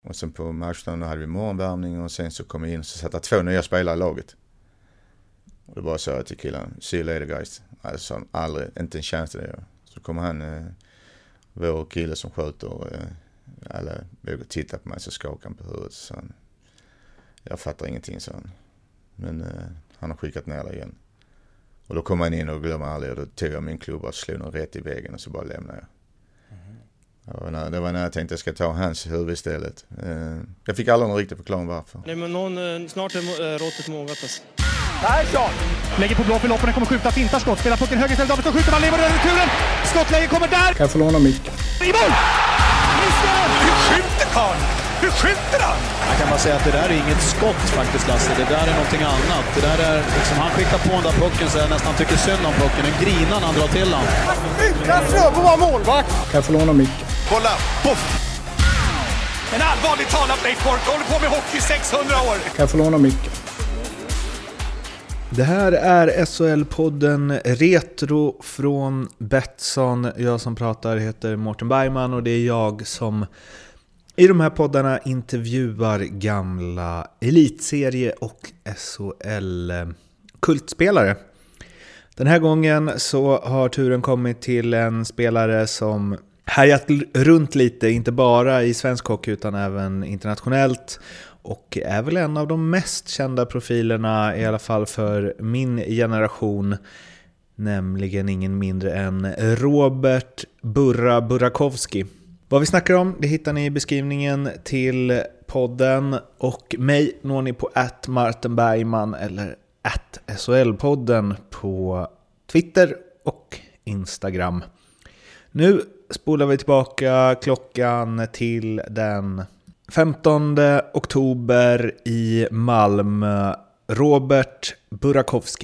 Och sen på matchdagen hade vi morgonvärmning och sen så kom jag in och så satt 2 nya spelare i laget. Och det bara sa jag till killarna, see you later guys. Alltså aldrig, inte en chans till det. Så kommer han, vår kille som sköter, alla vågar titta på mig så skakar han på huvudet. Så han, jag fattar ingenting, så han. Men han har skickat ner det igen. Och då kom han in och glömde aldrig, och då tog jag min klubba och slog den rätt i väggen och så bara lämnade jag. Det var när jag tänkte att jag ska ta hans huvud istället. Jag fick aldrig någon riktig förklaring varför. Nej, men snart är råttet mogat alltså. Persson lägger på blå för loppen, kommer skjuta, fintar skott, spelar pucken höger istället, Davidsson skjuter, man lever över returen, skottläge kommer där! Kan jag få låna micken? I mål! Hur skjuter Karl? Hur skjuter han? Jag kan bara säga att det där är inget skott faktiskt, Lasse. Det där är någonting annat. Det där är liksom, han skickar på den där pucken så jag nästan tycker synd om pucken. En grinan han drar till han. Utan Fröbo var målvakt! Kan jag få låna micken? Kolla! Poff! En allvarligt talat Leif Boork håller på med hockey 600 år! Kan jag få låna micken? Det här är SHL-podden Retro från Betsson. Jag som pratar heter Mårten Bergman och det är jag som i de här poddarna intervjuar gamla elitserie- och SHL-kultspelare. Den här gången så har turen kommit till en spelare som härjat runt lite, inte bara i svensk hockey utan även internationellt. Och är väl en av de mest kända profilerna, i alla fall för min generation, nämligen ingen mindre än Robert Burra Burakovsky. Vad vi snackar om, det hittar ni i beskrivningen till podden, och mig når ni på @martenbergman eller @SHL-podden på Twitter och Instagram. Nu spolar vi tillbaka klockan till den 15 oktober i Malmö. Robert Burakovsky.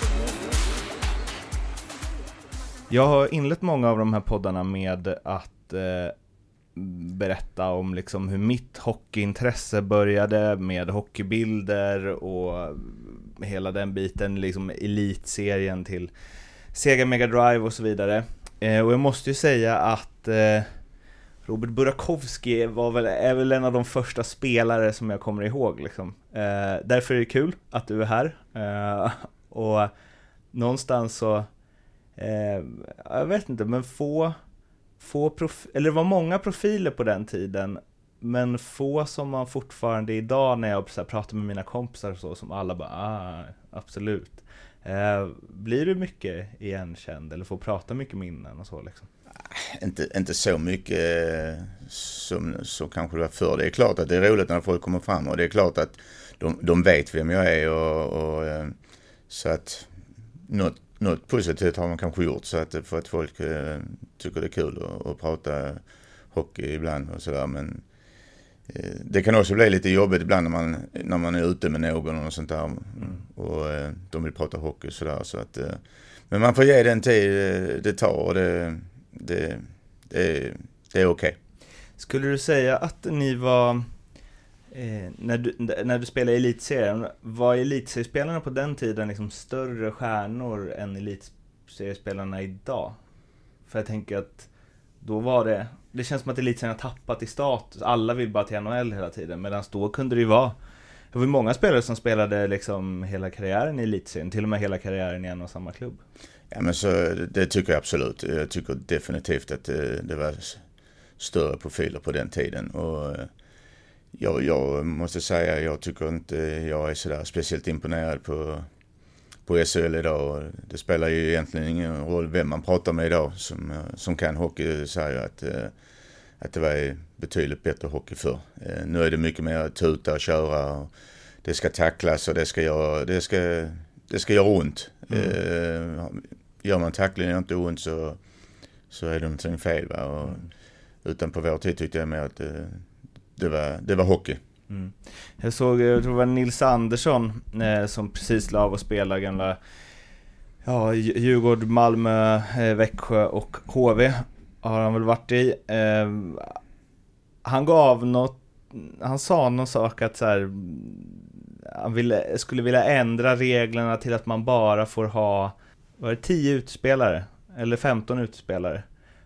Jag har inlett många av de här poddarna med att berätta om liksom hur mitt hockeyintresse började, med hockeybilder och hela den biten, liksom elitserien till Sega Mega Drive och så vidare. Och jag måste ju säga att Robert Burakovsky är väl en av de första spelare som jag kommer ihåg liksom. Därför är det kul att du är här. Och någonstans så jag vet inte, men eller det var många profiler på den tiden, men få som man fortfarande idag, när jag så här pratar med mina kompisar och så, som alla bara absolut. Blir du mycket igenkänd eller får prata mycket minnen och så liksom? Inte så mycket som kanske det var förr. Det är klart att det är roligt när folk kommer fram, och det är klart att de vet vem jag är, och så att något positivt har man kanske gjort, så att för att folk tycker det är kul att prata hockey ibland och sådär, men det kan också bli lite jobbigt ibland när man är ute med någon och sånt där, och de vill prata hockey och sådär, så att men man får ge den tid det tar, och det är okej. Skulle du säga att ni var när du spelade i elitserien, var elitseriespelarna på den tiden liksom större stjärnor än elitseriespelarna idag? För jag tänker att då var det känns som att elitserien har tappat i status. Alla vill bara till NHL hela tiden, medan då kunde det ju vara, det var många spelare som spelade liksom hela karriären i elitserien, till och med hela karriären i en och samma klubb. Ja, men så det tycker jag absolut. Jag tycker definitivt att det var större profiler på den tiden, och jag måste säga, jag tycker inte jag är sådär speciellt imponerad på SHL idag. Det spelar ju egentligen ingen roll vem man pratar med idag som kan hockey, säger att det var betydligt bättre hockey för. Nu är det mycket mer tuta och köra, och det ska tacklas och det ska göra ont. Gör man tacklingen inte ont så är det någonting fel, va? Och utan på vår tid tyckte jag mer att det var hockey. Jag tror det var Nils Andersson som precis la av och spela gamla Djurgården, Malmö, Växjö och HV har han väl varit i. Han sa någon sak att så här, han skulle vilja ändra reglerna till att man bara får ha 10 utespelare eller 15 utespelare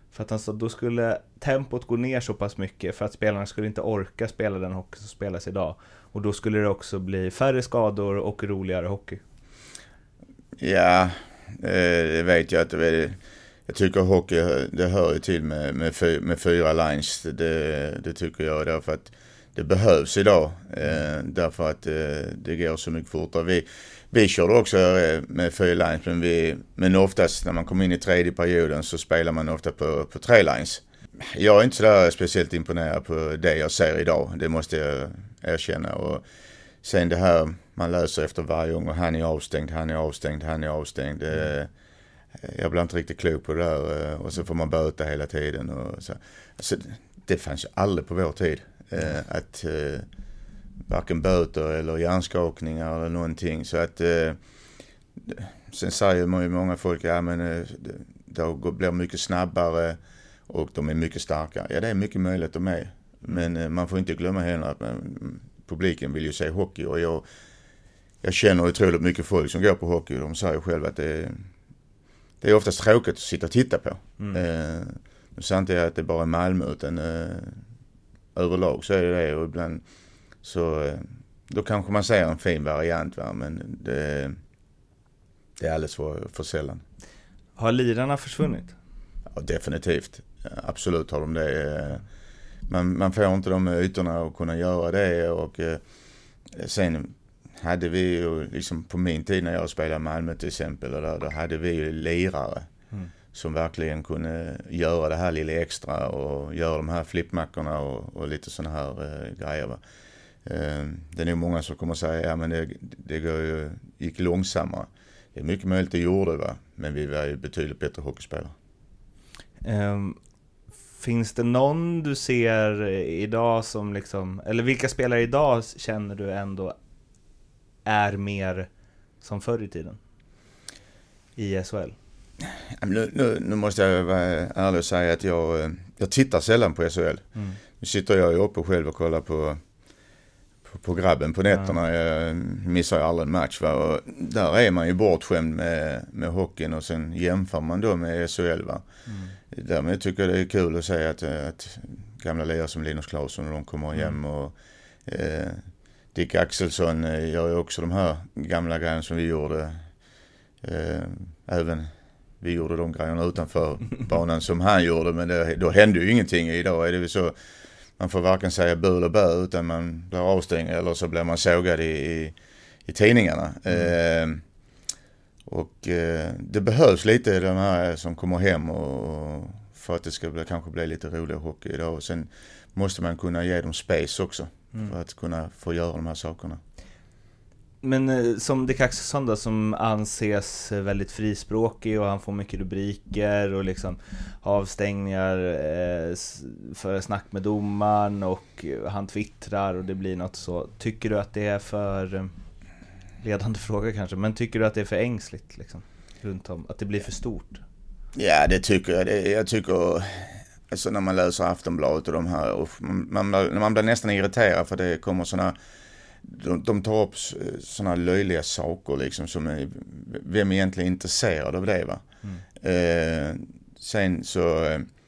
För att alltså, då skulle tempot gå ner så pass mycket för att spelarna skulle inte orka spela den hockey som spelas idag. Och då skulle det också bli färre skador och roligare hockey. Ja, det vet jag att jag tycker hockey, det hör ju till med 4 lines. Det tycker jag därför att det behövs idag. Därför att det går så mycket fortare. Vi körde också med 4 lines, men oftast när man kommer in i tredje perioden så spelar man ofta på 3 lines. Jag är inte så där speciellt imponerad på det jag ser idag, det måste jag erkänna. Och sen det här man löser efter varje gång, och han är avstängd. Jag blir inte riktigt klok på det där, och så får man böta hela tiden. Och så. Alltså, det fanns ju aldrig på vår tid att varken böter eller hjärnskakningar eller någonting. Så att sen säger många folk det blir mycket snabbare och de är mycket starkare. Ja, det är mycket möjligt de är. Men man får inte glömma heller att publiken vill ju se hockey, och jag känner otroligt mycket folk som går på hockey, och de säger själva att det är oftast tråkigt att sitta och titta på. Samtidigt att det bara är Malmö, utan överlag så är det, och ibland så då kanske man ser en fin variant, va? Men det är alldeles för sällan. Har lirarna försvunnit? Ja, definitivt. Absolut har de det. Man får inte de ytorna att kunna göra det, och sen hade vi ju liksom på min tid när jag spelade Malmö till exempel, då hade vi ju lirare som verkligen kunde göra det här lilla extra och göra de här flippmackorna och lite såna här grejer, va? Det är nog många som kommer att säga men det gick långsammare. Det är mycket möjligt det gjorde, va? Men vi var ju betydligt bättre hockeyspelare. Finns det någon du ser idag som liksom, eller vilka spelare idag känner du ändå är mer som förr i tiden i SHL? Nu måste jag vara ärlig och säga att jag tittar sällan på SHL. Nu sitter jag ju uppe själv och kollar på grabben på nätterna. Jag missar ju aldrig en match, va? Och där är man ju bortskämd med hockeyn, och sen jämför man då med SHL, va? Därmed tycker jag det är kul att säga att gamla lirare som Linus Klausson och de kommer hem, och Dick Axelsson gör ju också de här gamla grejerna som vi gjorde. Även vi gjorde de grejerna utanför banan som han gjorde, men då hände ju ingenting. Idag är det så man får varken säga bu eller bö, utan man blir avstängd eller så blir man sågad i tidningarna. Och det behövs lite de här som kommer hem, och för att det ska kanske bli lite rolig hockey idag. Och sen måste man kunna ge dem space också för att kunna få göra de här sakerna. Men som Dick Axelsson då, som anses väldigt frispråkig, och han får mycket rubriker och liksom avstängningar för snack med domaren, och han twittrar och det blir något så. Tycker du att det är för ledande fråga kanske, men tycker du att det är för ängsligt liksom, runt om, att det blir för stort? Ja, det tycker jag. Jag tycker, alltså när man läser Aftonbladet och de här, och man blir nästan irriterad för det kommer såna, de tar upp såna löjliga saker liksom, som vem är egentligen intresserad av det, va? Sen så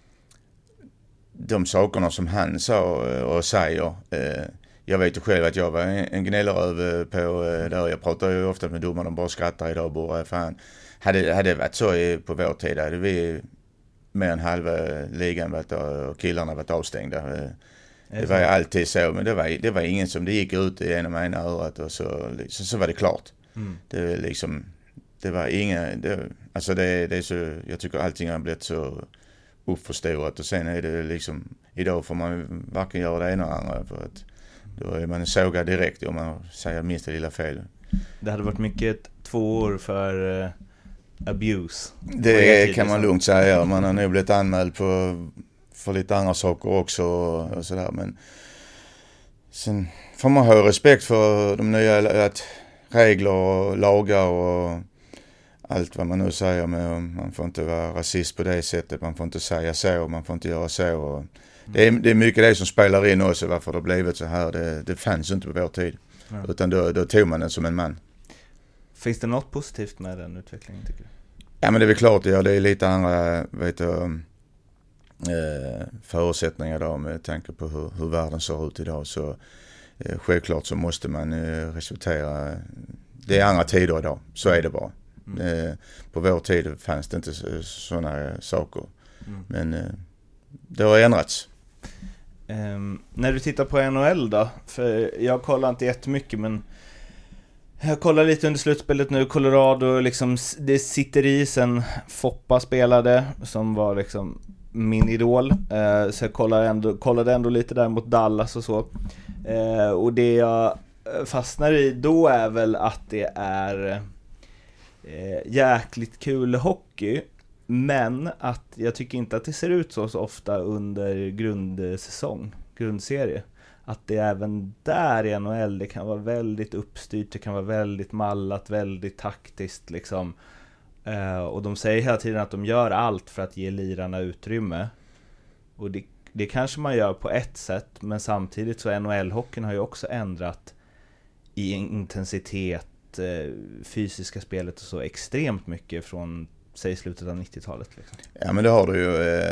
de sakerna som han sa och säger, jag vet ju själv att jag var en gnälleröv på där. Jag pratar ju ofta med domarna, de bara skrattar idag och bara fan. Hade det varit så på vår tid, hade vi mer än halva ligan och killarna varit avstängda. Det var ju alltid så, men det var ingen som det gick ut i ena örat, och så var det klart. Det liksom, det var inga, alltså det är så, jag tycker allting har blivit så uppförstorat, och sen är det liksom, idag får man varken göra det ena eller andra, för att då är man sågad direkt om man säger minsta lilla fel. Det hade varit mycket 2 år för abuse. Det kan man lugnt säga. Man har nog blivit anmäld för lite andra saker också och sådär. Men sen får man ha respekt för de nya regler och lagar och allt vad man nu säger. Men man får inte vara rasist på det sättet. Man får inte säga så. Man får inte göra så. Och det är mycket det som spelar in också, varför det har blivit så här. Det fanns inte på vår tid. Ja. Utan då tog man den som en man. Finns det något positivt med den utvecklingen, tycker du? Ja, men det är väl klart. Ja, det är lite andra, vet du, förutsättningar idag med tanke på hur världen ser ut idag, så självklart så måste man respektera. Det är andra tider idag, så är det bara. På vår tid fanns det inte sådana saker. Men det har ändrats. När du tittar på NHL då, för jag kollar inte jättemycket, men jag kollar lite under slutspelet nu. Colorado, liksom, det sitter i sen Foppa spelade, som var liksom min idol. Så jag kollade ändå lite där mot Dallas och så. Och det jag fastnar i då är väl att det är jäkligt kul hockey, men att jag tycker inte att det ser ut så ofta under grundserie. Att det även där i NHL, det kan vara väldigt uppstyrt, det kan vara väldigt mallat, väldigt taktiskt liksom. Och de säger hela tiden att de gör allt för att ge lirarna utrymme. Och det kanske man gör på ett sätt, men samtidigt så NHL-hockeyn har ju också ändrat i intensitet, fysiska spelet och så extremt mycket från, säg, slutet av 90-talet liksom. Ja, men det har du ju.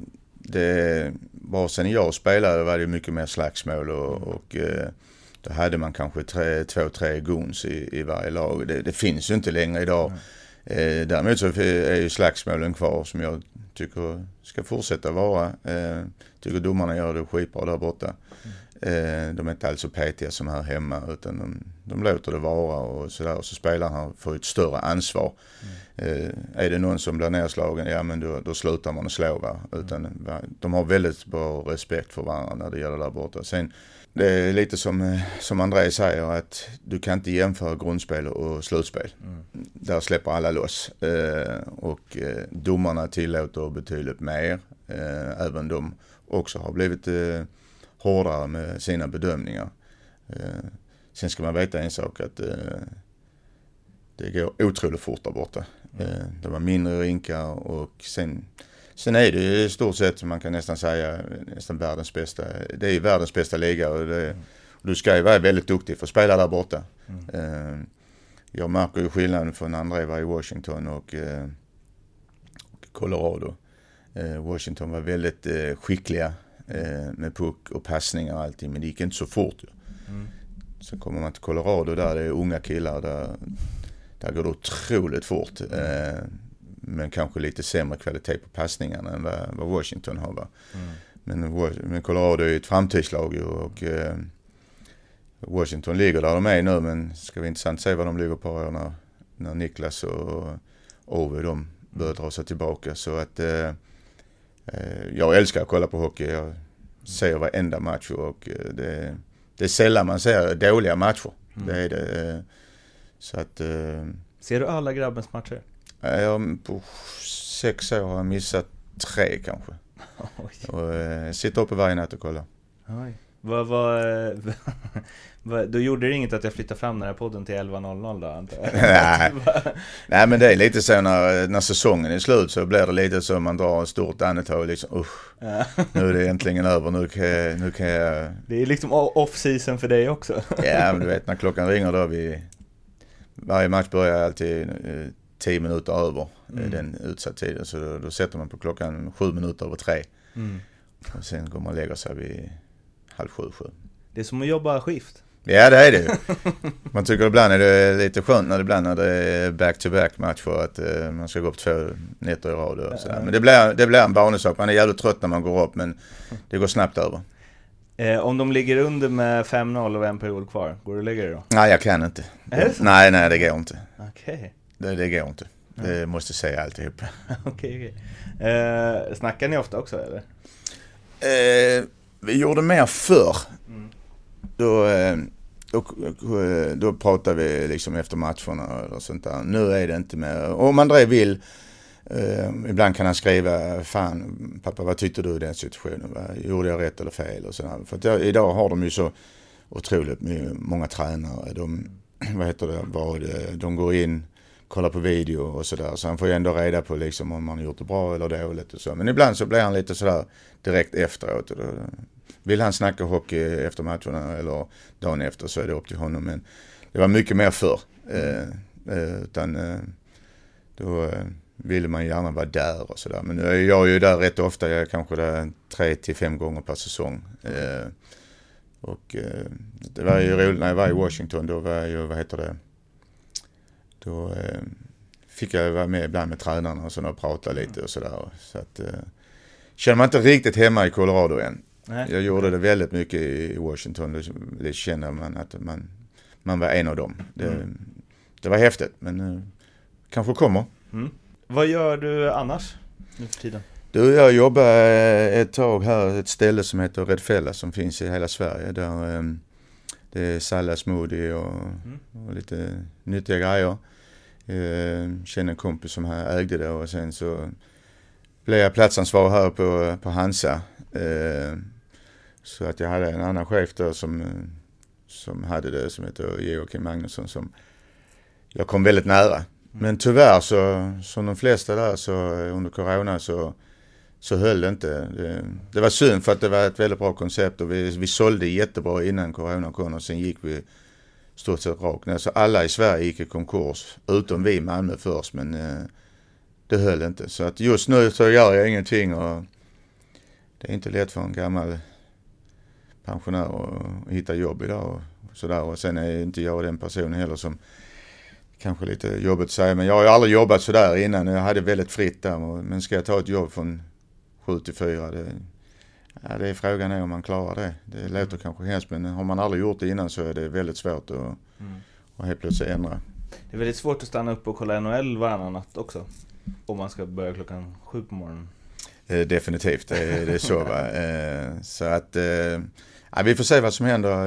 Det var sen jag spelade var det mycket mer slagsmål och då hade man kanske 2-3 guns i varje lag. Det finns ju inte längre idag. Däremot så är ju slagsmålen kvar, som jag tycker ska fortsätta vara. Tycker domarna gör det skitbra där borta. De är inte alls så petiga som här hemma, utan de låter det vara och sådär. Och så spelarna får ett större ansvar. Är det någon som blir nedslagen, ja men då slutar man att slå, va? Utan de har väldigt bra respekt för varandra när det gäller där borta. Sen, det är lite som André säger, att du kan inte jämföra grundspel och slutspel. Där släpper alla loss. Och domarna tillåter betydligt mer. Även de också har blivit hårdare med sina bedömningar. Sen ska man veta en sak, att det går otroligt fort där borta. Det var mindre rinkar och sen är det i stort sett, man kan nästan säga, nästan världens bästa. Det är världens bästa liga och du ska ju vara väldigt duktig för att spela där borta. Jag märker ju skillnaden från André var i Washington och Colorado. Washington var väldigt skickliga med puck och passningar och allting, men det gick inte så fort. Så kommer man till Colorado, där det är unga killar, där går det otroligt fort. Men kanske lite sämre kvalitet på passningarna än vad Washington har. Va? Men Colorado är ett framtidslag och Washington ligger där de är nu, men ska vi intressant se vad de ligger på när Niklas och Ove de börjar dra sig tillbaka. Så att jag älskar att kolla på hockey. Jag ser varenda match och det är sällan man ser dåliga matcher. Det är det. Så att, ser du alla grabbens matcher? På 6 år har jag missat 3 kanske. Och sitter uppe varje natt och kollar. Oj. Då gjorde det inget att jag flyttade fram den här podden till 11.00 då, antar jag? Nej, men det är lite så när säsongen är slut, så blir det lite så man drar ett stort andetag liksom, nu är det äntligen över, nu kan jag... Det är liksom off-season för dig också. Ja, men du vet, när klockan ringer då, varje match börjar alltid 10 minuter över den utsatt tiden, så då sätter man på klockan 7 minuter över 3. Och sen går man och lägger sig vid 6:30. Det är som att jobba skift. Ja, det är det. Man tycker ibland är det lite skönt när det är back-to-back match, för att man ska gå upp 2 nätter i rad och sådär. Men det blir en banesak. Man är jävligt trött när man går upp, men det går snabbt över. Om de ligger under med 5-0 och en period kvar, går du och lägger det då? Nej, jag kan inte. Nej, det går inte. Okej. Det går inte. Det måste säga alltihop. Okej. Snackar ni ofta också, eller? Vi gjorde mer förr. Då pratar vi liksom efter matcherna och sånt där. Nu är det inte mer. Om André vill, ibland kan han skriva, fan pappa, vad tyckte du i den situationen? Gjorde jag rätt eller fel? Och sådär. För att idag har de ju så otroligt många tränare. De går in, kollar på video och sådär. Så han får ju ändå reda på liksom om man har gjort det bra eller dåligt och så. Men ibland så blir han lite sådär direkt efteråt. Och då vill han snacka hockey efter matcherna eller dagen efter, så är det upp till honom. Men det var mycket mer förr. ville man gärna vara där och sådär. Men nu är jag ju där rätt ofta. Jag är kanske där 3-5 gånger per säsong. Det var ju roligt när jag var i Washington. Då var jag ju, då fick jag vara med ibland med tränarna och, och prata lite och sådär. Så att känner man inte riktigt hemma i Colorado än. Nej. Jag gjorde det väldigt mycket i Washington. Det känner man att man var en av dem. Det var häftigt, men kanske kommer. Vad gör du annars nu för tiden? Jag jobbar ett tag här, ett ställe som heter Red Fella som finns i hela Sverige. Där det är sallad, smoothie och lite nyttiga grejer. Känner en kompis som ägde det och sen så blev jag platsansvarig här på Hansa. Så att jag hade en annan chef där som hade det, som heter Joakim Magnusson, som jag kom väldigt nära. Men tyvärr så, som de flesta där, så under corona så höll det inte. Det var synd, för att det var ett väldigt bra koncept och vi sålde jättebra innan corona kom, och sen gick vi stort sett rakt. Så alla i Sverige gick i konkurs, utom vi i Malmö först, men det höll inte. Så att just nu så gör jag ingenting, och det är inte lätt för en gammal pensionär att hitta jobb idag och sådär. Och sen är inte jag den personen heller som kanske lite jobbigt att säga, men jag har ju aldrig jobbat sådär innan. Jag hade väldigt fritt där, men ska jag ta ett jobb från 7-4, det är frågan är om man klarar det. Det låter kanske hemskt, men har man aldrig gjort det innan så är det väldigt svårt att helt plötsligt ändra. Det är väldigt svårt att stanna upp och kolla NHL varannan natt också, om man ska börja 7 på morgonen. Definitivt, det är så va. Så att vi får se vad som händer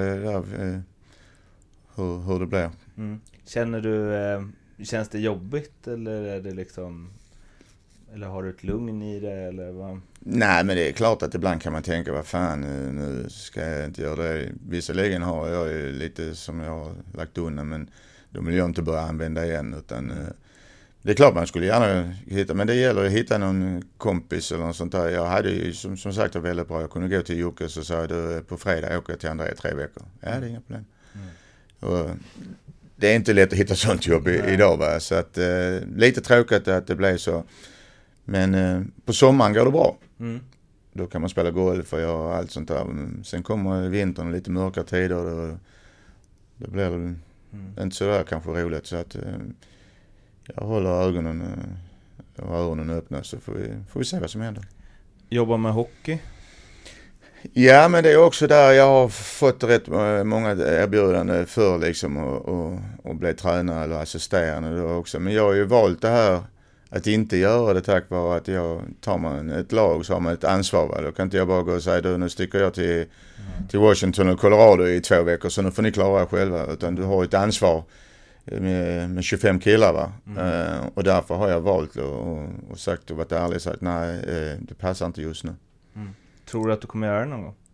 hur det blir. Känner du, känns det jobbigt, eller är det liksom, eller har du ett lugn i det, eller vad? Nej, men det är klart att ibland kan man tänka, vad fan, nu ska jag inte göra det. Visserligen har jag ju lite som jag har lagt undan, men de vill jag inte börja använda igen, utan det är klart man skulle gärna hitta, men det gäller att hitta någon kompis eller något sånt där. Jag hade ju som sagt väldigt bra, jag kunde gå till Jocke och sa du, på fredag åker jag till André 3 veckor. Ja, det är inga problem. Och det är inte lätt att hitta sånt jobb idag va, så att lite tråkigt att det blev så. Men på sommaren går det bra. Då kan man spela golf och göra allt sånt där. Sen kommer vintern och lite mörka tider, då blir det inte så där kanske roligt, så att jag håller ögonen och öronen öppna, så får vi se vad som händer. Jobba med hockey? Ja, men det är också där jag har fått rätt många erbjudanden för liksom och bli tränare eller assisterande då också. Men jag har ju valt det här att inte göra det, tack vare att jag tar man ett lag så har man ett ansvar. Va? Då kan inte jag bara gå och säga nu sticker jag till Washington och Colorado i 2 veckor, så nu får ni klara er själva. Utan du har ett ansvar med 25 killar va. Och därför har jag valt och sagt och varit ärlig och sagt nej, det passar inte just nu. Tror du att du kommer göra det någon gång?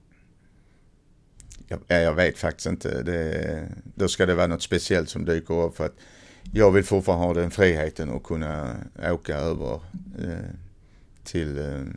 Jag vet faktiskt inte. Då ska det vara något speciellt som dyker upp, för att jag vill fortfarande ha den friheten och kunna åka över till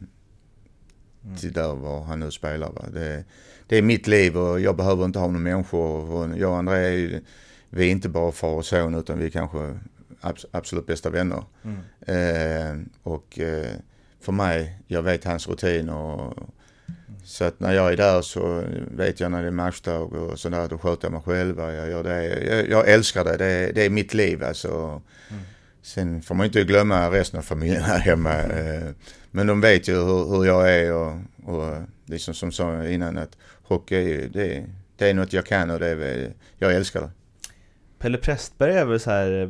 där var han nu spelar. Va? Det är mitt liv och jag behöver inte ha någon människor. Jag och André, vi är inte bara far och son, utan vi är kanske absolut bästa vänner. Och för mig, jag vet hans rutin så att när jag är där så vet jag när det är matchdag och sådär, då sköter jag mig själva. Jag gör det. Jag älskar det. Det är mitt liv alltså. Sen får man inte glömma resten av familjen här hemma. Men de vet ju hur jag är och liksom som sa innan att hockey, det är något jag kan och jag älskar det. Pelle Prästberg är väl så här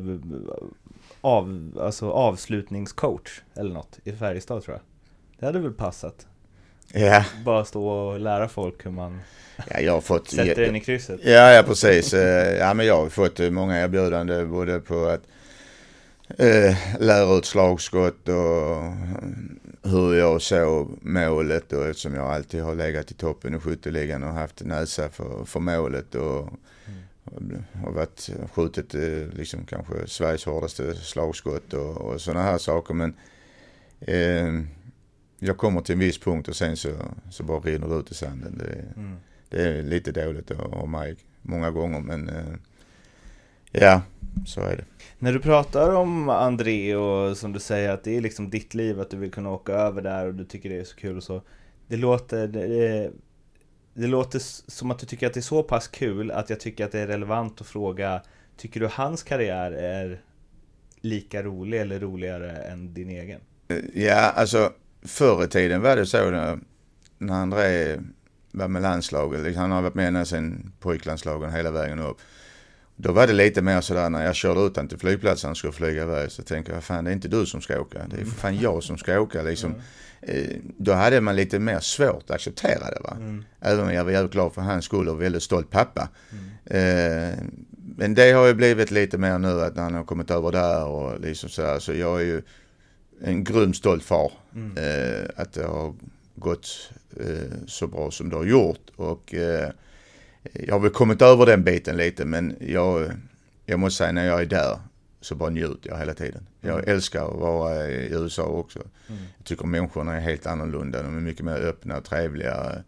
avslutningscoach eller något i Färjestad, tror jag. Det hade väl passat. Ja. Bara stå och lära folk hur man jag har fått sätter den i krysset. Ja, precis. Ja, men jag har fått många erbjudanden både på att lära ut slagskott och hur jag såg målet, och eftersom jag alltid har legat i toppen i skytteligan och haft näsa för målet och har varit skjutit liksom kanske Sveriges hårdaste slagskott och sådana här saker, men jag kommer till en viss punkt och sen så bara rinner det ut i sanden. Det är lite dåligt av mig många gånger, men ja, Så är det. När du pratar om André och som du säger att det är liksom ditt liv, att du vill kunna åka över där och du tycker det är så kul och så. Det låter som att du tycker att det är så pass kul att jag tycker att det är relevant att fråga, tycker du hans karriär är lika rolig eller roligare än din egen? Ja, alltså förr i tiden var det så när André var med landslaget. Han har varit med sen pojklandslagen hela vägen upp. Då var det lite mer sådär när jag körde ut han till flygplatsen och skulle flyga iväg, så tänkte jag, fan det är inte du som ska åka, det är för fan jag som ska åka liksom. Då hade man lite mer svårt att acceptera det, va. Även om jag var jävligt glad för hans skull och väldigt stolt pappa. Men det har ju blivit lite mer nu att när han har kommit över där och liksom sådär, så jag är ju en grymt stolt far att det har gått så bra som det har gjort, och jag har väl kommit över den biten lite, men jag måste säga när jag är där så bara njuter jag hela tiden. Jag älskar att vara i USA också. Jag tycker människorna är helt annorlunda, de är mycket mer öppna och trevliga.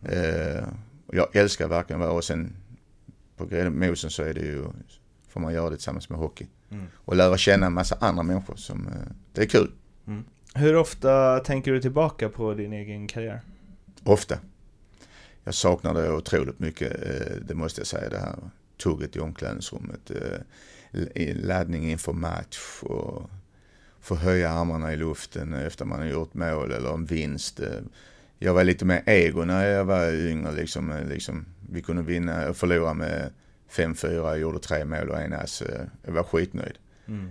Jag älskar verkligen att vara, och sen på Mosen så är det ju, får man göra det tillsammans med hockey. Och lära känna en massa andra människor som, det är kul. Hur ofta tänker du tillbaka på din egen karriär? Ofta. Jag saknar det otroligt mycket, det måste jag säga, det här tugget i omklädningsrummet, laddning inför match och få höja armarna i luften efter man har gjort mål eller en vinst. Jag var lite mer ego när jag var yngre, liksom vi kunde vinna och förlora med 5-4, jag gjorde 3 mål och en ass, jag var skitnöjd.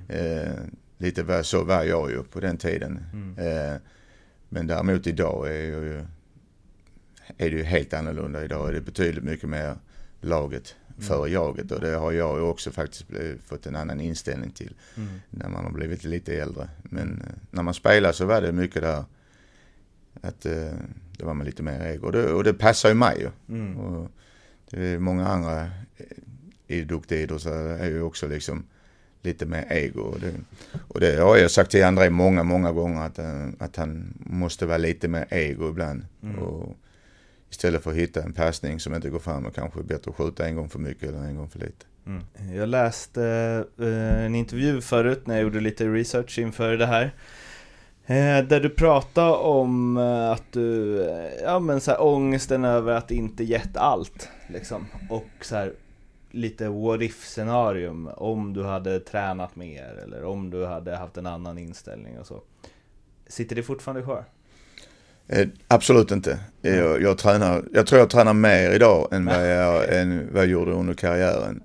Lite så var jag ju på den tiden. Men däremot idag är det ju helt annorlunda. Idag är det betydligt mycket mer laget för jaget, och det har jag ju också faktiskt fått en annan inställning till när man har blivit lite äldre. Men när man spelar så var det mycket där att det var man lite mer ego, och det passar ju mig ju. Och det är många andra i duktiga idrottare är ju också liksom lite mer ego, och det har jag sagt till André många gånger att han måste vara lite mer ego ibland, och istället för att hitta en passning som inte går fram, och kanske bättre att skjuta en gång för mycket eller en gång för lite. Jag läste en intervju förut när jag gjorde lite research inför det här, där du pratade om att du, så här, ångesten över att inte gett allt liksom, och så här lite what if scenarium, om du hade tränat mer eller om du hade haft en annan inställning och så. Sitter det fortfarande kvar? Absolut inte. Jag tror jag tränar mer idag än vad jag gjorde under karriären.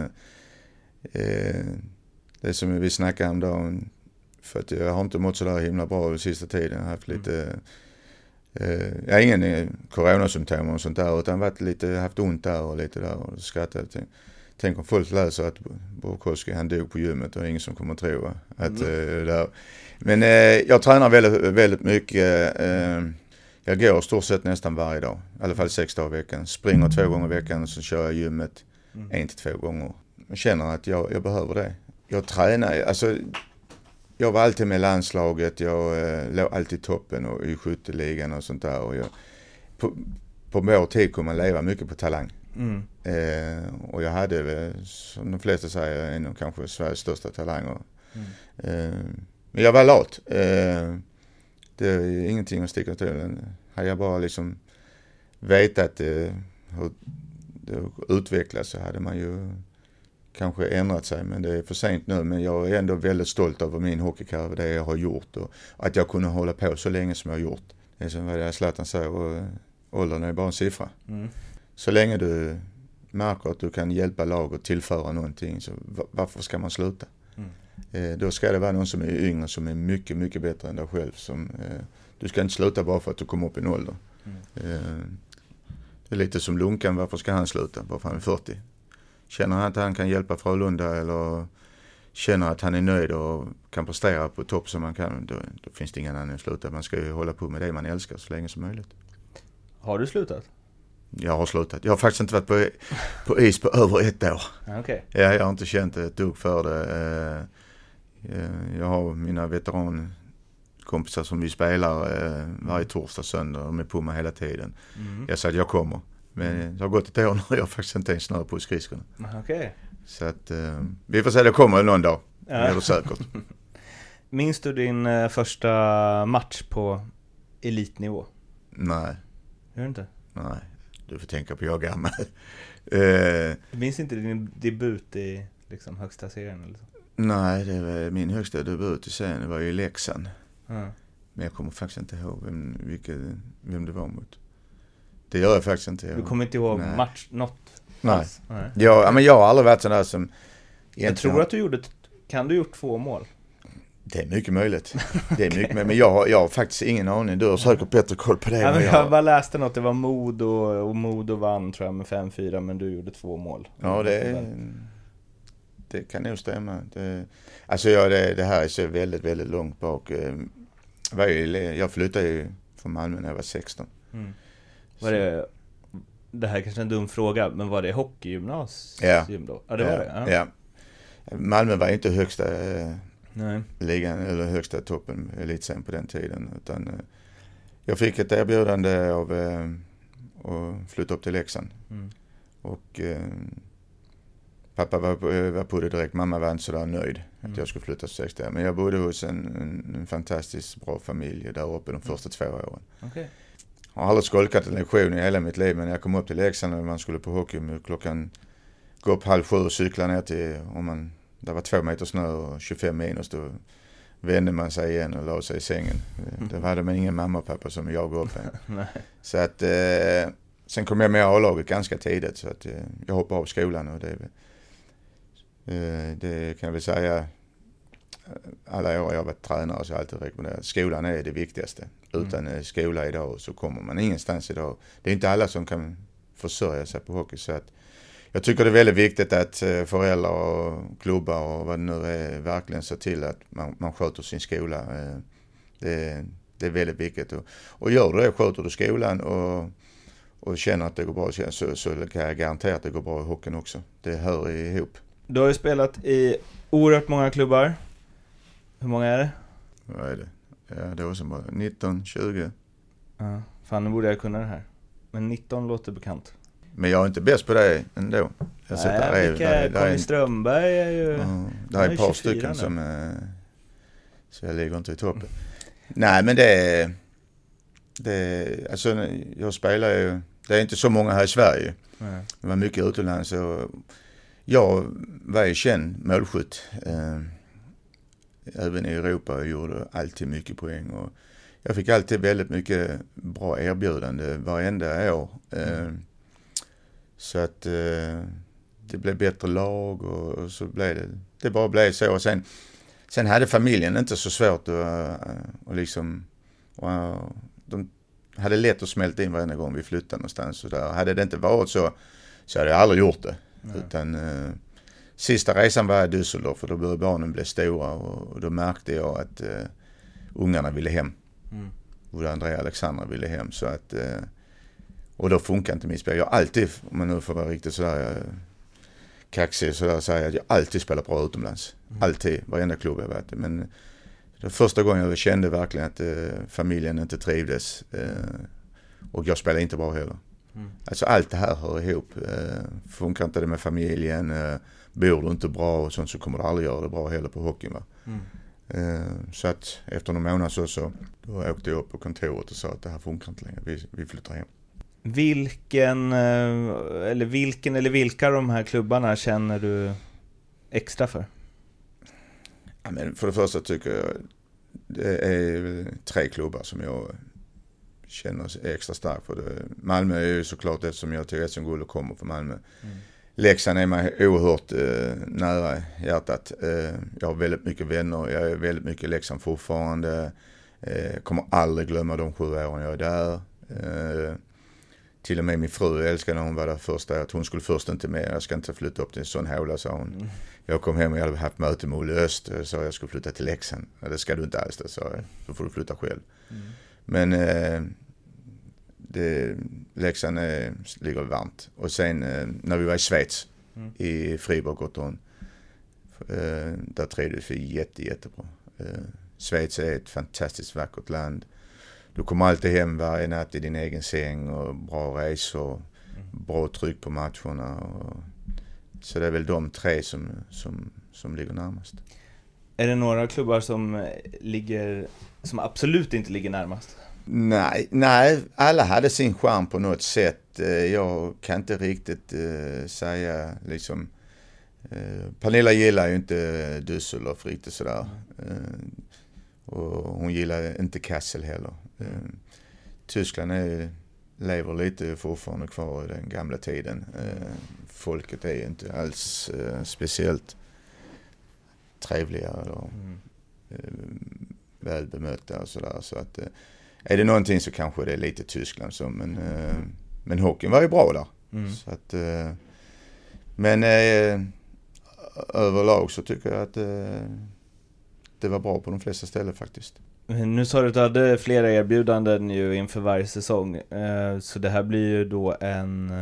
Det som vi snackade om då, för att jag har inte mått så där himla bra den sista tiden. Jag har haft lite jag har ingen coronasymptom och sånt där, utan haft ont där och lite där, och skrattat. Tänk om folk läser att Burakovsky, han dog på gymmet, och ingen som kommer att tro att där. Men jag tränar väldigt, väldigt mycket. Jag går stort sett nästan varje dag. I alla fall 6 dagar i veckan. Springer 2 gånger i veckan, och så kör jag gymmet 1-2 gånger. Jag känner att jag behöver det. Jag tränar, alltså jag var alltid med landslaget. Jag låg alltid i toppen och i skytteligan och sånt där. Och på vår tid kunde man leva mycket på talang. Och jag hade, som de flesta säger, en av kanske Sveriges största talanger. Men jag var lat. Det är ingenting att sticka till. Hade jag bara liksom vetat hur det utvecklas, så hade man ju kanske ändrat sig. Men det är för sent nu. Men jag är ändå väldigt stolt över min hockeykarriär, det jag har gjort, och att jag kunde hålla på så länge som jag har gjort. Det är som vad Zlatan säger, och åldern är bara en siffra. Så länge du märker att du kan hjälpa lag och tillföra någonting, så varför ska man sluta? Då ska det vara någon som är yngre, som är mycket, mycket bättre än dig själv. Du ska inte sluta bara för att du kommer upp i en ålder. Det är lite som Lunkan, varför ska han sluta bara för han är 40? Känner han att han kan hjälpa Frölunda, eller känner att han är nöjd och kan prestera på topp som man kan, då finns det ingen annan att sluta. Man ska ju hålla på med det man älskar så länge som möjligt. Har du slutat? Jag har slutat. Jag har faktiskt inte varit på is på över 1 år. Okay. Jag har inte känt ett dugg för det. Jag har mina veterankompisar som vi spelar varje torsdag, söndag. De är på mig hela tiden. Jag sa att jag kommer. Men det har gått 1 år nu och jag har faktiskt inte ens snöat på skridskorna. Okay. Så att vi får se, det kommer någon dag. Det är det säkert. Minns du din första match på elitnivå? Nej. Gör du inte? Nej, du får tänka på jag gammal. Du minns inte din debut i liksom högsta serien eller så? Nej, det var min högsta debut i serien. Det var i Leksand. Mm. Men jag kommer faktiskt inte ihåg vem det var mot. Det gör jag faktiskt inte. Du kommer inte ihåg match, något? Nej. Men jag har aldrig varit sån där som... Jag tror att du kan du gjort 2 mål? Det är mycket möjligt. Men jag har faktiskt ingen aning. Du har säkert bättre koll på det. Ja, men jag bara läste något, det var Modo vann tror jag med 5-4, men du gjorde 2 mål. Ja, det kan nog stämma. Det här är så väldigt, väldigt långt bak. Jag flyttade ju från Malmö när jag var 16. Mm. Det här är kanske en dum fråga, men var det hockeygymnasium då? Ja, det var det. Ja. Malmö var inte högsta ligan eller högsta toppen elitserien på den tiden, utan jag fick ett erbjudande av att flytta upp till Leksand. Mm. Och pappa var på det direkt. Mamma var inte så där nöjd att jag skulle flytta 60. Men jag bodde hos en fantastiskt bra familj där uppe de första 2 åren. Okay. Jag har aldrig skolkat en lektion i hela mitt liv, men när jag kom upp till Leksand och man skulle på hockey med klockan gå upp 6:30 och cykla ner till, det var 2 meter snö och 25 minus, då vände man sig igen och la sig i sängen. Det var det ingen mamma och pappa som jag upp än. Så att sen kom jag med i A-laget ganska tidigt, så att jag hoppade av skolan, och det kan jag väl säga, alla år jag har varit tränare så har jag alltid rekommenderat. Skolan är det viktigaste. Utan skola idag så kommer man ingenstans idag. Det är inte alla som kan försörja sig på hockey, så att jag tycker det är väldigt viktigt att föräldrar och klubbar och vad det nu är verkligen ser till att man sköter sin skola. Det är väldigt viktigt. Och gör du det, sköter du skolan och känner att det går bra, så kan jag garantera att det går bra i hockeyn också. Det hör ihop. Du har ju spelat i oerhört många klubbar. Hur många är det? Vad är det? Ja, det var som bara 19, 20. Ja, fan, nu borde jag kunna det här. Men 19 låter bekant. Men jag är inte bäst på det ändå. Conny Strömberg är ju... det är ett par stycken som... Så jag ligger inte i toppen. Nej, men det alltså, jag spelar ju... Det är inte så många här i Sverige. Det var mycket utomlands. Jag var ju känd målskytt. Även i Europa. Jag gjorde alltid mycket poäng. Och jag fick alltid väldigt mycket bra erbjudande varenda år. Så att det blev bättre lag och så blev det bara blev så. Och sen hade familjen inte så svårt att liksom... de hade lätt att smälta in varje gång vi flyttade någonstans. Och där. Hade det inte varit så hade jag aldrig gjort det. Nej. Utan sista resan var i Düsseldorf, för då började barnen bli stora och då märkte jag att ungarna ville hem. Både Andrea och Alexandra ville hem, så att och då funkar inte min spel. Jag alltid, om man nu får vara riktigt sådär kaxig sådär, säger att jag alltid spelar bra utomlands. Alltid, varenda klubb jag varit. Men det första gången jag kände verkligen att familjen inte trivdes och jag spelade inte bra heller. Alltså allt det här hör ihop. Funkar inte det med familjen, bor du inte bra och sånt, så kommer du aldrig göra det bra heller på hockeyn, va? Så att efter några månader så då åkte jag upp på kontoret och sa att det här funkar inte längre, vi flyttar hem. Vilken eller vilka av de här klubbarna känner du extra för? Ja, men för det första tycker jag det är 3 klubbar som jag känner extra starkt för. Malmö är ju såklart, eftersom jag till SM-guld och kommer från Malmö. Leksand är mig oerhört nära hjärtat. Jag har väldigt mycket vänner. Jag är väldigt mycket i Leksand fortfarande. Kommer aldrig glömma de 7 åren jag är där. Till och med min fru älskade när hon var där första, att hon skulle först inte med. Jag ska inte flytta upp till en sån håla, sa hon. Jag kom hem och jag hade haft möte med Olle Öst, så jag skulle flytta till Leksand. Ja, det ska du inte alls, sa jag. Då får du flytta själv. Men Leksand ligger varmt. Och sen när vi var i Schweiz, i Fribourg, där trivdes vi jättebra. Schweiz är ett fantastiskt vackert land. Du kommer alltid hem varje natt i din egen säng och bra resor, bra tryck på matcherna. Och Så det är väl de 3 som ligger närmast. Är det några klubbar som absolut inte ligger närmast? Nej, alla hade sin charm på något sätt. Jag kan inte riktigt säga liksom. Pernilla gillar ju inte Düsseldorf riktigt sådär. Och hon gillar inte Kassel heller. Tyskland lever lite fortfarande kvar i den gamla tiden. Folket är ju inte alls speciellt trevliga eller välbemötta och sådär. Så att är det någonting så kanske det är lite Tyskland som, men hockeyn var ju bra där. Så att, men överlag så tycker jag att det var bra på de flesta ställen faktiskt. Nu sa du att du hade flera erbjudanden ju inför varje säsong. Så det här blir ju då en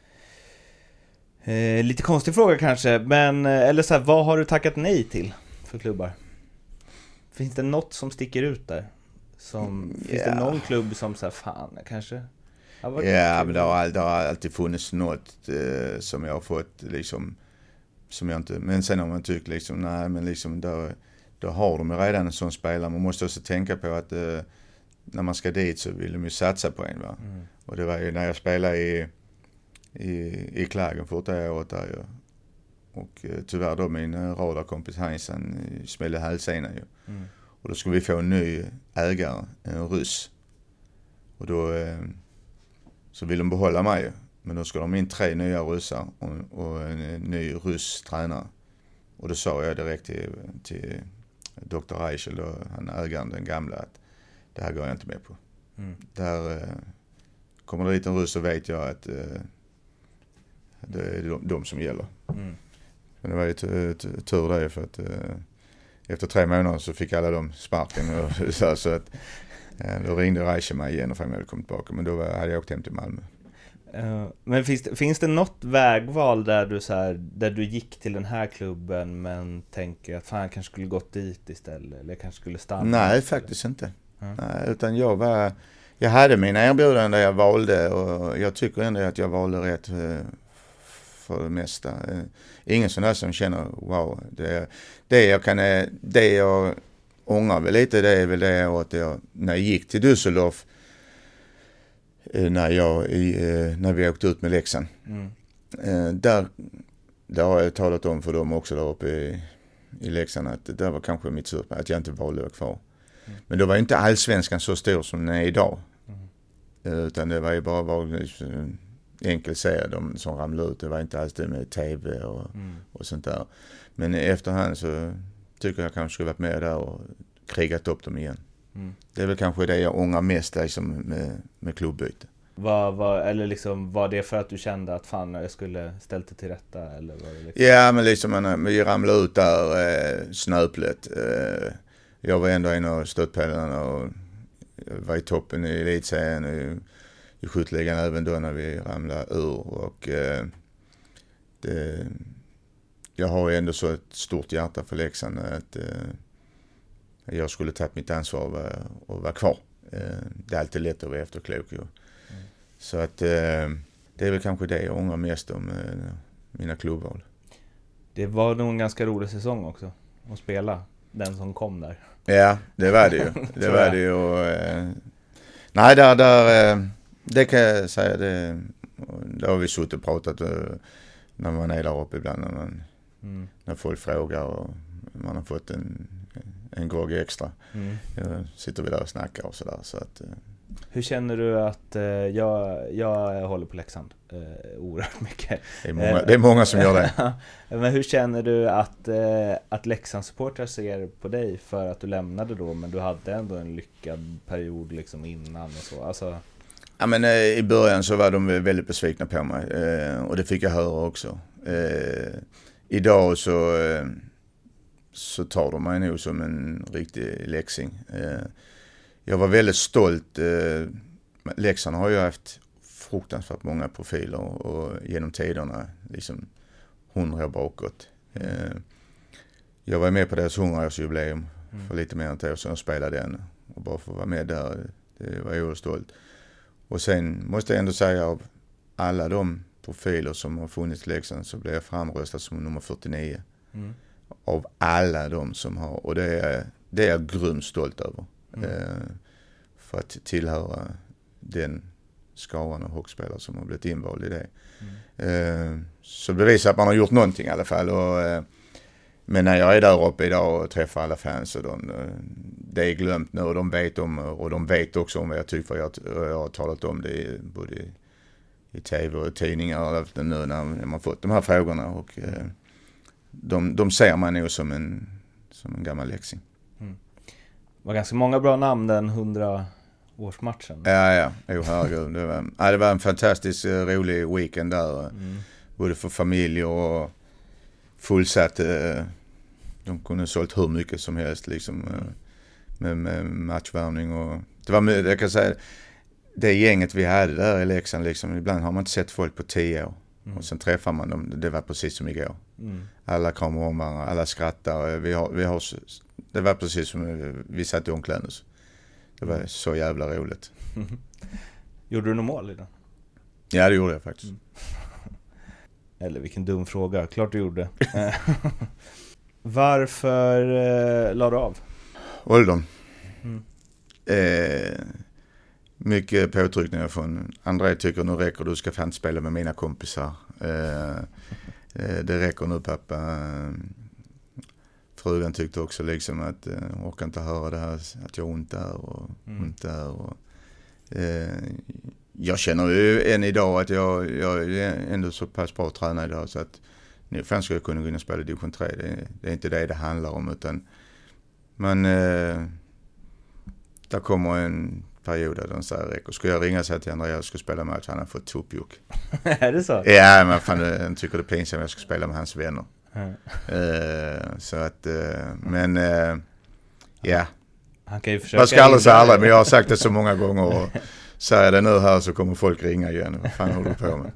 lite konstig fråga kanske. Men, eller så här, vad har du tackat nej till för klubbar? Finns det något som sticker ut där? Finns det någon klubb som så här, fan kanske? Men det har alltid funnits något som jag har fått liksom, som jag inte, men sen har man tyckt liksom, nej men liksom då har de ju redan en sån spelare. Man måste också tänka på att när man ska dit så vill de ju satsa på en, va? Och det var ju när jag spelade i Klagenfurt det året där ju. Och tyvärr då min radarkompis Heinzen smällde hälsenan ju. Och då skulle vi få en ny ägare, en ryss. Och då så vill de behålla mig ju. Men då ska de in 3 nya ryssar och en ny ryss tränare. Och då sa jag direkt till Dr. Reichel, då, han ägaren den gamla, att det här går jag inte med på. Där kommer det dit en ryss så vet jag att det är de som gäller. Men det var ju tur det, för att efter 3 månader så fick alla de sparken. Och så att då ringde Reichel mig igen och för mig hade kommit tillbaka. Men då hade jag åkt hem till Malmö. Men finns det något vägval där du gick till den här klubben men tänker att fan, jag kanske skulle gått dit istället, eller kanske skulle stanna? Nej, faktiskt inte. Nej, utan jag hade mina erbjudanden där jag valde, och jag tycker ändå att jag valde rätt för det mesta. Ingen sån där som känner wow, det jag ångrar väl lite, det är väl det att när jag gick till Düsseldorf, när vi åkte ut med Leksand. Där har jag talat om för dem också där uppe i Leksand att det var kanske mitt sur att jag inte valde att vara kvar. Men då var inte allsvenskan så stor som den är idag. Utan det var ju bara enkel serie de som ramlade ut. Det var inte alls det med tv och sånt där. Men i efterhand så tycker jag kanske skulle varit med där och krigat upp dem igen. Det är väl kanske det jag ångrar mest liksom, med klubbyte. Var det för att du kände att fan jag skulle ställt det till rätta? Eller var det liksom... Ja, men liksom vi ramlade ut där snöpligt. Jag var ändå en av stöttpelarna och var i toppen i elitserien i skytteligan även då när vi ramlade ur. Och jag har ju ändå så ett stort hjärta för Leksand att jag skulle ta mitt ansvar och vara kvar. Det är alltid lätt att vara efterklok. Så att det är väl kanske det jag ångrar mest om mina klubbval. Det var nog en ganska rolig säsong också att spela, den som kom där. Ja, det var det ju. Det var det ju. Nej, det kan jag säga. Det har vi suttit och pratat när man är där uppe ibland. När folk frågar och man har fått en grogg extra. Sitter vi där och snackar och sådär. Så att, hur känner du att jag håller på Leksand oerhört mycket? Det är många som gör det. Men hur känner du att Leksand-supportrar ser på dig för att du lämnade då, men du hade ändå en lyckad period liksom innan och så? Alltså... Ja, men i början så var de väldigt besvikna på mig och det fick jag höra också. Idag så tar de mig nog som en riktig leksing. Jag var väldigt stolt. Leksand har ju haft fruktansvärt många profiler och genom tiderna liksom 100 år bakåt. Jag var med på deras 100-årsjubileum för lite mer än 1 år sedan och spelade den. Och bara för att vara med där, det var jag oerhört stolt. Och sen måste jag ändå säga av alla de profiler som har funnits i Leksand så blev jag framröstad som nummer 49. Av alla de som har, och det är jag grymt stolt över. För att tillhöra den skaran av hockeyspelare som har blivit invald i det. Så det visar att man har gjort någonting i alla fall. Men när jag är där uppe idag och träffar alla fans, och det är glömt nu och de vet om, och de vet också om vad jag tycker. Jag har talat om det både i tv och tidningar nu när man fått de här frågorna, och de ser man nog som en gammal Leksing. Det var ganska många bra namn den 100-årsmatchen. Ja. Herregud. Det var en fantastiskt rolig weekend där. Både för familjer och fullsatt. De kunde ha sålt hur mycket som helst liksom, med matchvärmning. Och det var, jag kan säga, det gänget vi hade där i Leksand, liksom, ibland har man inte sett folk på 10 år. Och sen träffar man dem, det var precis som igår. Alla kramar om varandra, alla skrattar. Det var precis som vi satt i omklädningsrummet. Det var så jävla roligt. Gjorde du något mål idag? Ja, det gjorde jag faktiskt. Eller vilken dum fråga, klart du gjorde. Varför la du av? Åldern. Mycket påtryckningar från André tycker nu räcker, du ska fan spela med mina kompisar. Det räcker nu, pappa. Frugan tyckte också liksom att jag orkar inte höra det här, att jag har ont där och ont där. Och, jag känner ju än idag att jag är ändå så pass bra tränare idag så att nu fan ska jag kunna gå in och spela division 3. Det är inte det handlar om, utan men där kommer en period där de säger räcker. Ska jag ringa sig till Andreas och ska spela match, han har fått tuppjuck. Är det så? Ja, men fan, jag tycker det är pinsamt att jag ska spela med hans vänner. Så att men ja, han kan ju försöka. Jag ska aldrig säga aldrig, men jag har sagt det så många gånger, och säger det nu här så kommer folk ringa igen. Vad fan håller du på med?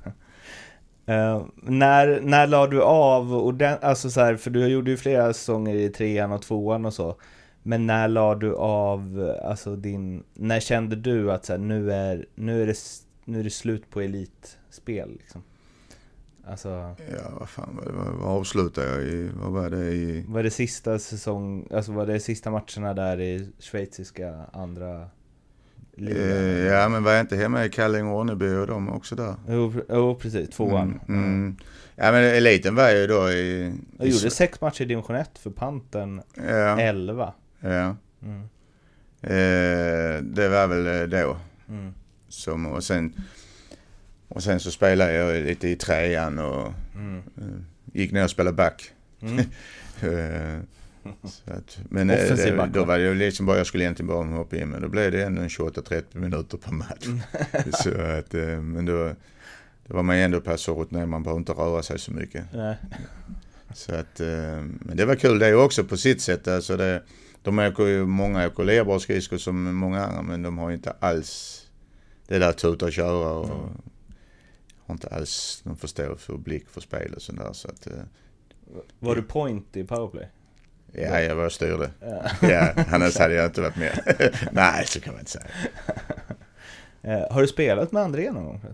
När la du av, och alltså så här, för du gjorde ju flera säsonger i 3:an och 2:an och så. Men när la du av, alltså när kände du att så här, nu är det slut på elitspel liksom? Alltså, ja, vad fan, vad avslutade jag i, vad var det i? Var det sista säsong, alltså var det sista matcherna där i schweiziska andra ligan? Ja, men var jag inte hemma i Kalling och Ronneby och de också där? Jo, precis, 2:an. Ja, men eliten var ju då jag gjorde 6 matcher i division 1 för Panten, 11. Ja. Det var väl då. Och sen så spelade jag lite i 3:an och gick ner och spelade back. Så att, men då var det ju liksom bara, jag skulle egentligen bara hoppa in, men då blev det ändå 28-30 minuter per match. Så att, men då var man ändå passåret när man behöver inte röra sig så mycket. Så att, men det var kul det också på sitt sätt. Alltså många åker lera skridskor som många andra, men de har inte alls det där tuta och köra och har inte alls någon förståelse för blick för spel och sånt där. Så att, var du point i powerplay? Ja, jag var styrde. Ja, annars hade jag inte varit med. Nej, så kan man inte säga. Har du spelat med André någon gång?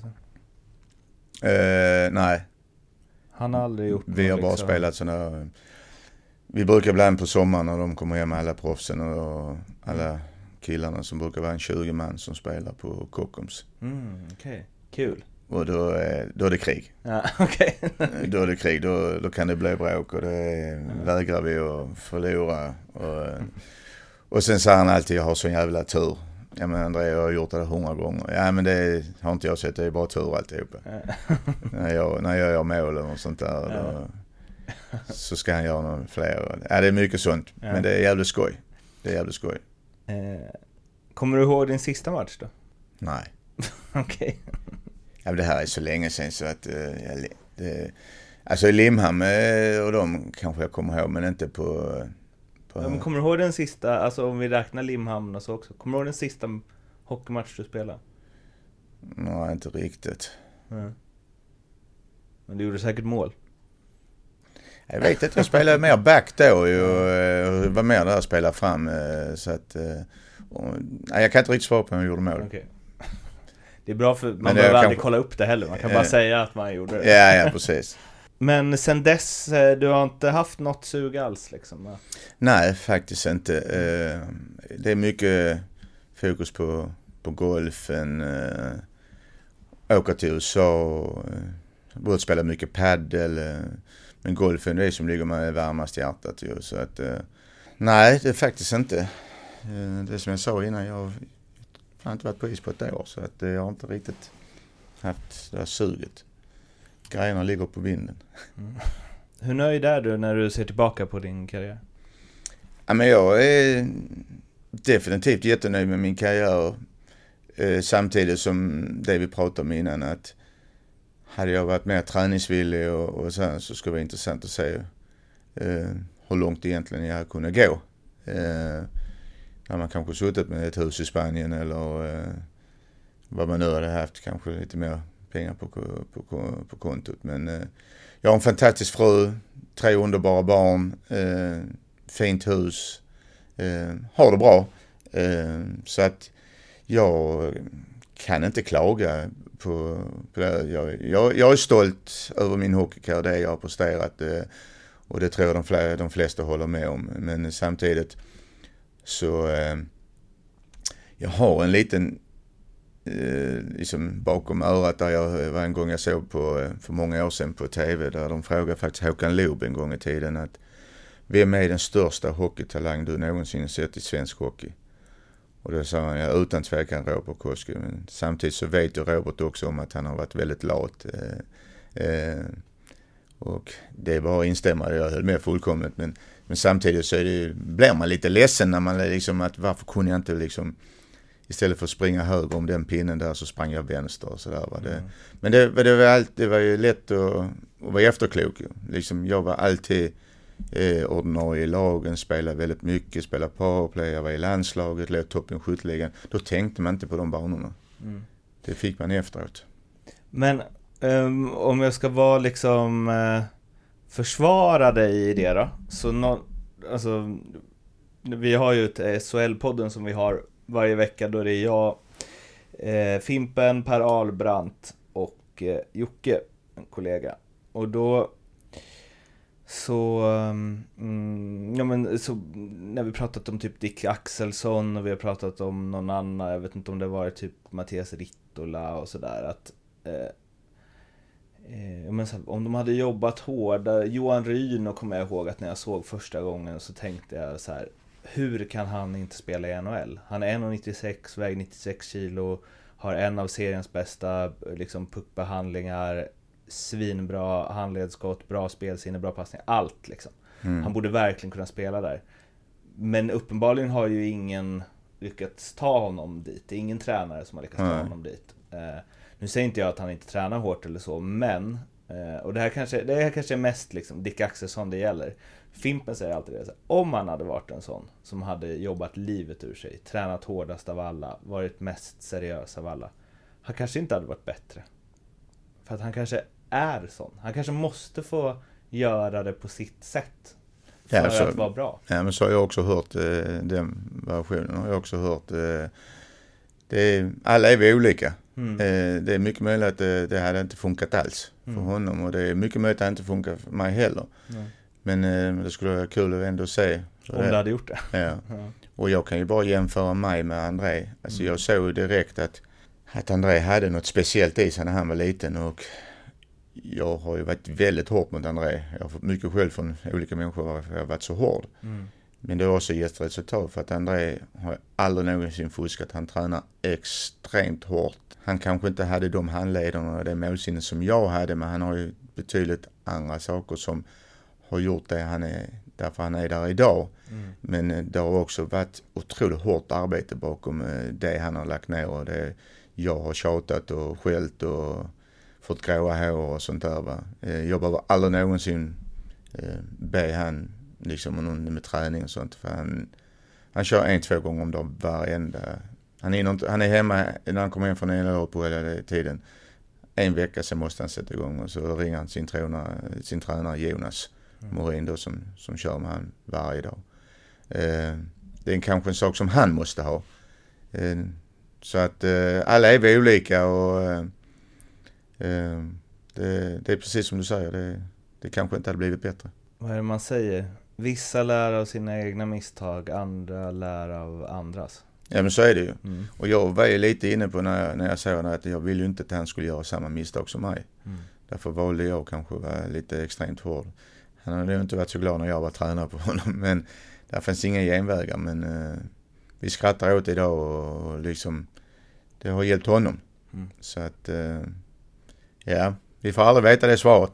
Nej. Han har aldrig gjort. Vi har bara spelat sådana. Vi brukar ibland på sommaren när de kommer hem med alla proffsen och alla killarna som brukar vara en 20 man som spelar på Kockums. Okej. Kul. Och då är det krig. Ja, okej. Då är det krig, då kan det bli bråk och det vägrar vi att förlora. Och sen sa han alltid, jag har sån jävla tur. Ja, men André, jag har gjort det 100 gånger. Ja, men det har inte jag sett, det är bara tur alltihopa. När jag gör mål och sånt där, så ska han göra några fler. Ja, det är mycket sånt, men det är jävligt skoj. Kommer du ihåg din sista match då? Nej. Okej. Ja, det här är så länge sedan så att alltså i Limhamn och de kanske jag kommer ihåg, men inte på ja, men kommer du ihåg den sista, alltså om vi räknar Limhamn och så också, kommer du ihåg den sista hockeymatch du spelade? Nej, inte riktigt. Men du gjorde säkert mål. Jag vet inte, jag spelade mer back då och var mer där och spelade fram så att jag kan inte riktigt svara på om jag gjorde mål. Okay. Det är bra för man behöver aldrig kolla upp det heller. Man kan bara säga att man gjorde det. Ja, precis. Men sen dess, du har inte haft något sug alls liksom? Nej, faktiskt inte. Det är mycket fokus på golfen. Åka till USA. Borde spela mycket paddel. Men golfen är det som ligger mig varmast i hjärtat. Så att, nej, det är faktiskt inte. Det är som jag sa innan, jag har inte varit på is på ett år. Så att jag har inte riktigt haft det här suget. Grejerna ligger på vinden. Hur nöjd är du när du ser tillbaka på din karriär? Ja, men jag är definitivt jättenöjd med min karriär. Samtidigt som det vi pratade om innan, att hade jag varit mer träningsvillig och så skulle det vara intressant att se hur långt egentligen jag kunnat gå. När man kanske suttit med ett hus i Spanien eller vad man nu hade haft, kanske lite mer pengar på kontot. Men jag har en fantastisk fru, 3 underbara barn, fint hus, har det bra. Så att jag kan inte klaga på det. Jag är stolt över min hockeykarriär, det jag har presterat, och det tror jag de flesta håller med om. Men samtidigt så jag har en liten liksom bakom örat där jag var en gång jag såg på för många år sedan på tv, där de frågade faktiskt Håkan Loob en gång i tiden att vem är den största hockeytalang du någonsin sett i svensk hockey? Och då sa han, ja, utan tvekan Robert Koski, men samtidigt så vet ju Robert också om att han har varit väldigt lat. Och det är bara att instämma, jag höll med fullkomligt, men samtidigt så blir man lite ledsen när man liksom, att varför kunde jag inte liksom, istället för att springa höger om den pinnen där så sprang jag vänster och sådär. Men det var ju lätt att vara efterklok. Liksom, jag var alltid ordinarie i lagen, spelade väldigt mycket, spelade powerplay, jag var i landslaget, låg toppen skytteligan. Då tänkte man inte på de banorna. Det fick man efteråt. Men om jag ska vara liksom försvara dig i det då, så alltså, vi har ju ett SHL-podden som vi har varje vecka, då det är jag, Fimpen, Per Ahlbrandt och Jocke, en kollega. Och då så, så när vi pratat om typ Dick Axelsson och vi har pratat om någon annan, jag vet inte om det var typ Mattias Rittola och sådär, att om de hade jobbat hårdare, Johan Ryn, kommer jag ihåg att när jag såg första gången så tänkte jag så här, hur kan han inte spela i NHL? Han är 1,96, väger 96 kilo, har en av seriens bästa liksom puckbehandlingar, svinbra handledsskott, bra spelsinne, bra passning, allt liksom. Han borde verkligen kunna spela där. Men uppenbarligen har ju ingen lyckats ta honom dit. Det är ingen tränare som har lyckats ta honom dit. Nu säger inte jag att han inte tränar hårt eller så, men och det här kanske är mest liksom Dick Axelsson det gäller. Fimpen säger alltid det så här, om han hade varit en sån som hade jobbat livet ur sig, tränat hårdast av alla, varit mest seriös av alla, han kanske inte hade varit bättre. För att han kanske är sån. Han kanske måste få göra det på sitt sätt för att vara bra. Ja, men så har jag också hört den versionen. Har jag också hört alla är vi olika. Det är mycket möjligt att det hade inte funkat alls för honom, och det är mycket möjligt att det inte funkar för mig heller. Men det skulle vara kul att ändå se om det hade gjort det. Ja. Och jag kan ju bara jämföra mig med André. Alltså jag såg direkt att André hade något speciellt i sig när han var liten, och jag har ju varit väldigt hård mot André. Jag har fått mycket själv från olika människor varför jag har varit så hård. Men det har också gett resultat, för att André har aldrig någonsin fuskat. Han tränar extremt hårt. Han kanske inte hade de handledarna och det målsinne som jag hade, men han har ju betydligt andra saker som har gjort det han är, därför han är där idag. Men det har också varit otroligt hårt arbete bakom det han har lagt ner, och det jag har tjatat och skällt och fått gråa hår och sånt där. Va? Jag behöver aldrig någonsin be han liksom med träning och sånt, för han kör 1-2 gånger om dagen varenda. Han är hemma när han kommer hem från en år på hela tiden. En vecka så måste han sätta igång, och så ringer han sin tränare Jonas Morin då, som kör med han varje dag. Det är kanske en sak som han måste ha. Så att alla är vi olika och det är precis som du säger, det kanske inte hade blivit bättre. Vad är det man säger? Vissa lär av sina egna misstag, andra lär av andras. Ja, men så är det ju. Och jag var ju lite inne på när jag sa att jag ville ju inte att han skulle göra samma misstag som mig. Därför valde jag kanske vara lite extremt hård. Han hade ju inte varit så glad när jag var tränare på honom, men där fanns inga genvägar. Men vi skrattar åt idag och liksom det har hjälpt honom. Så att ja, vi får aldrig veta det svaret.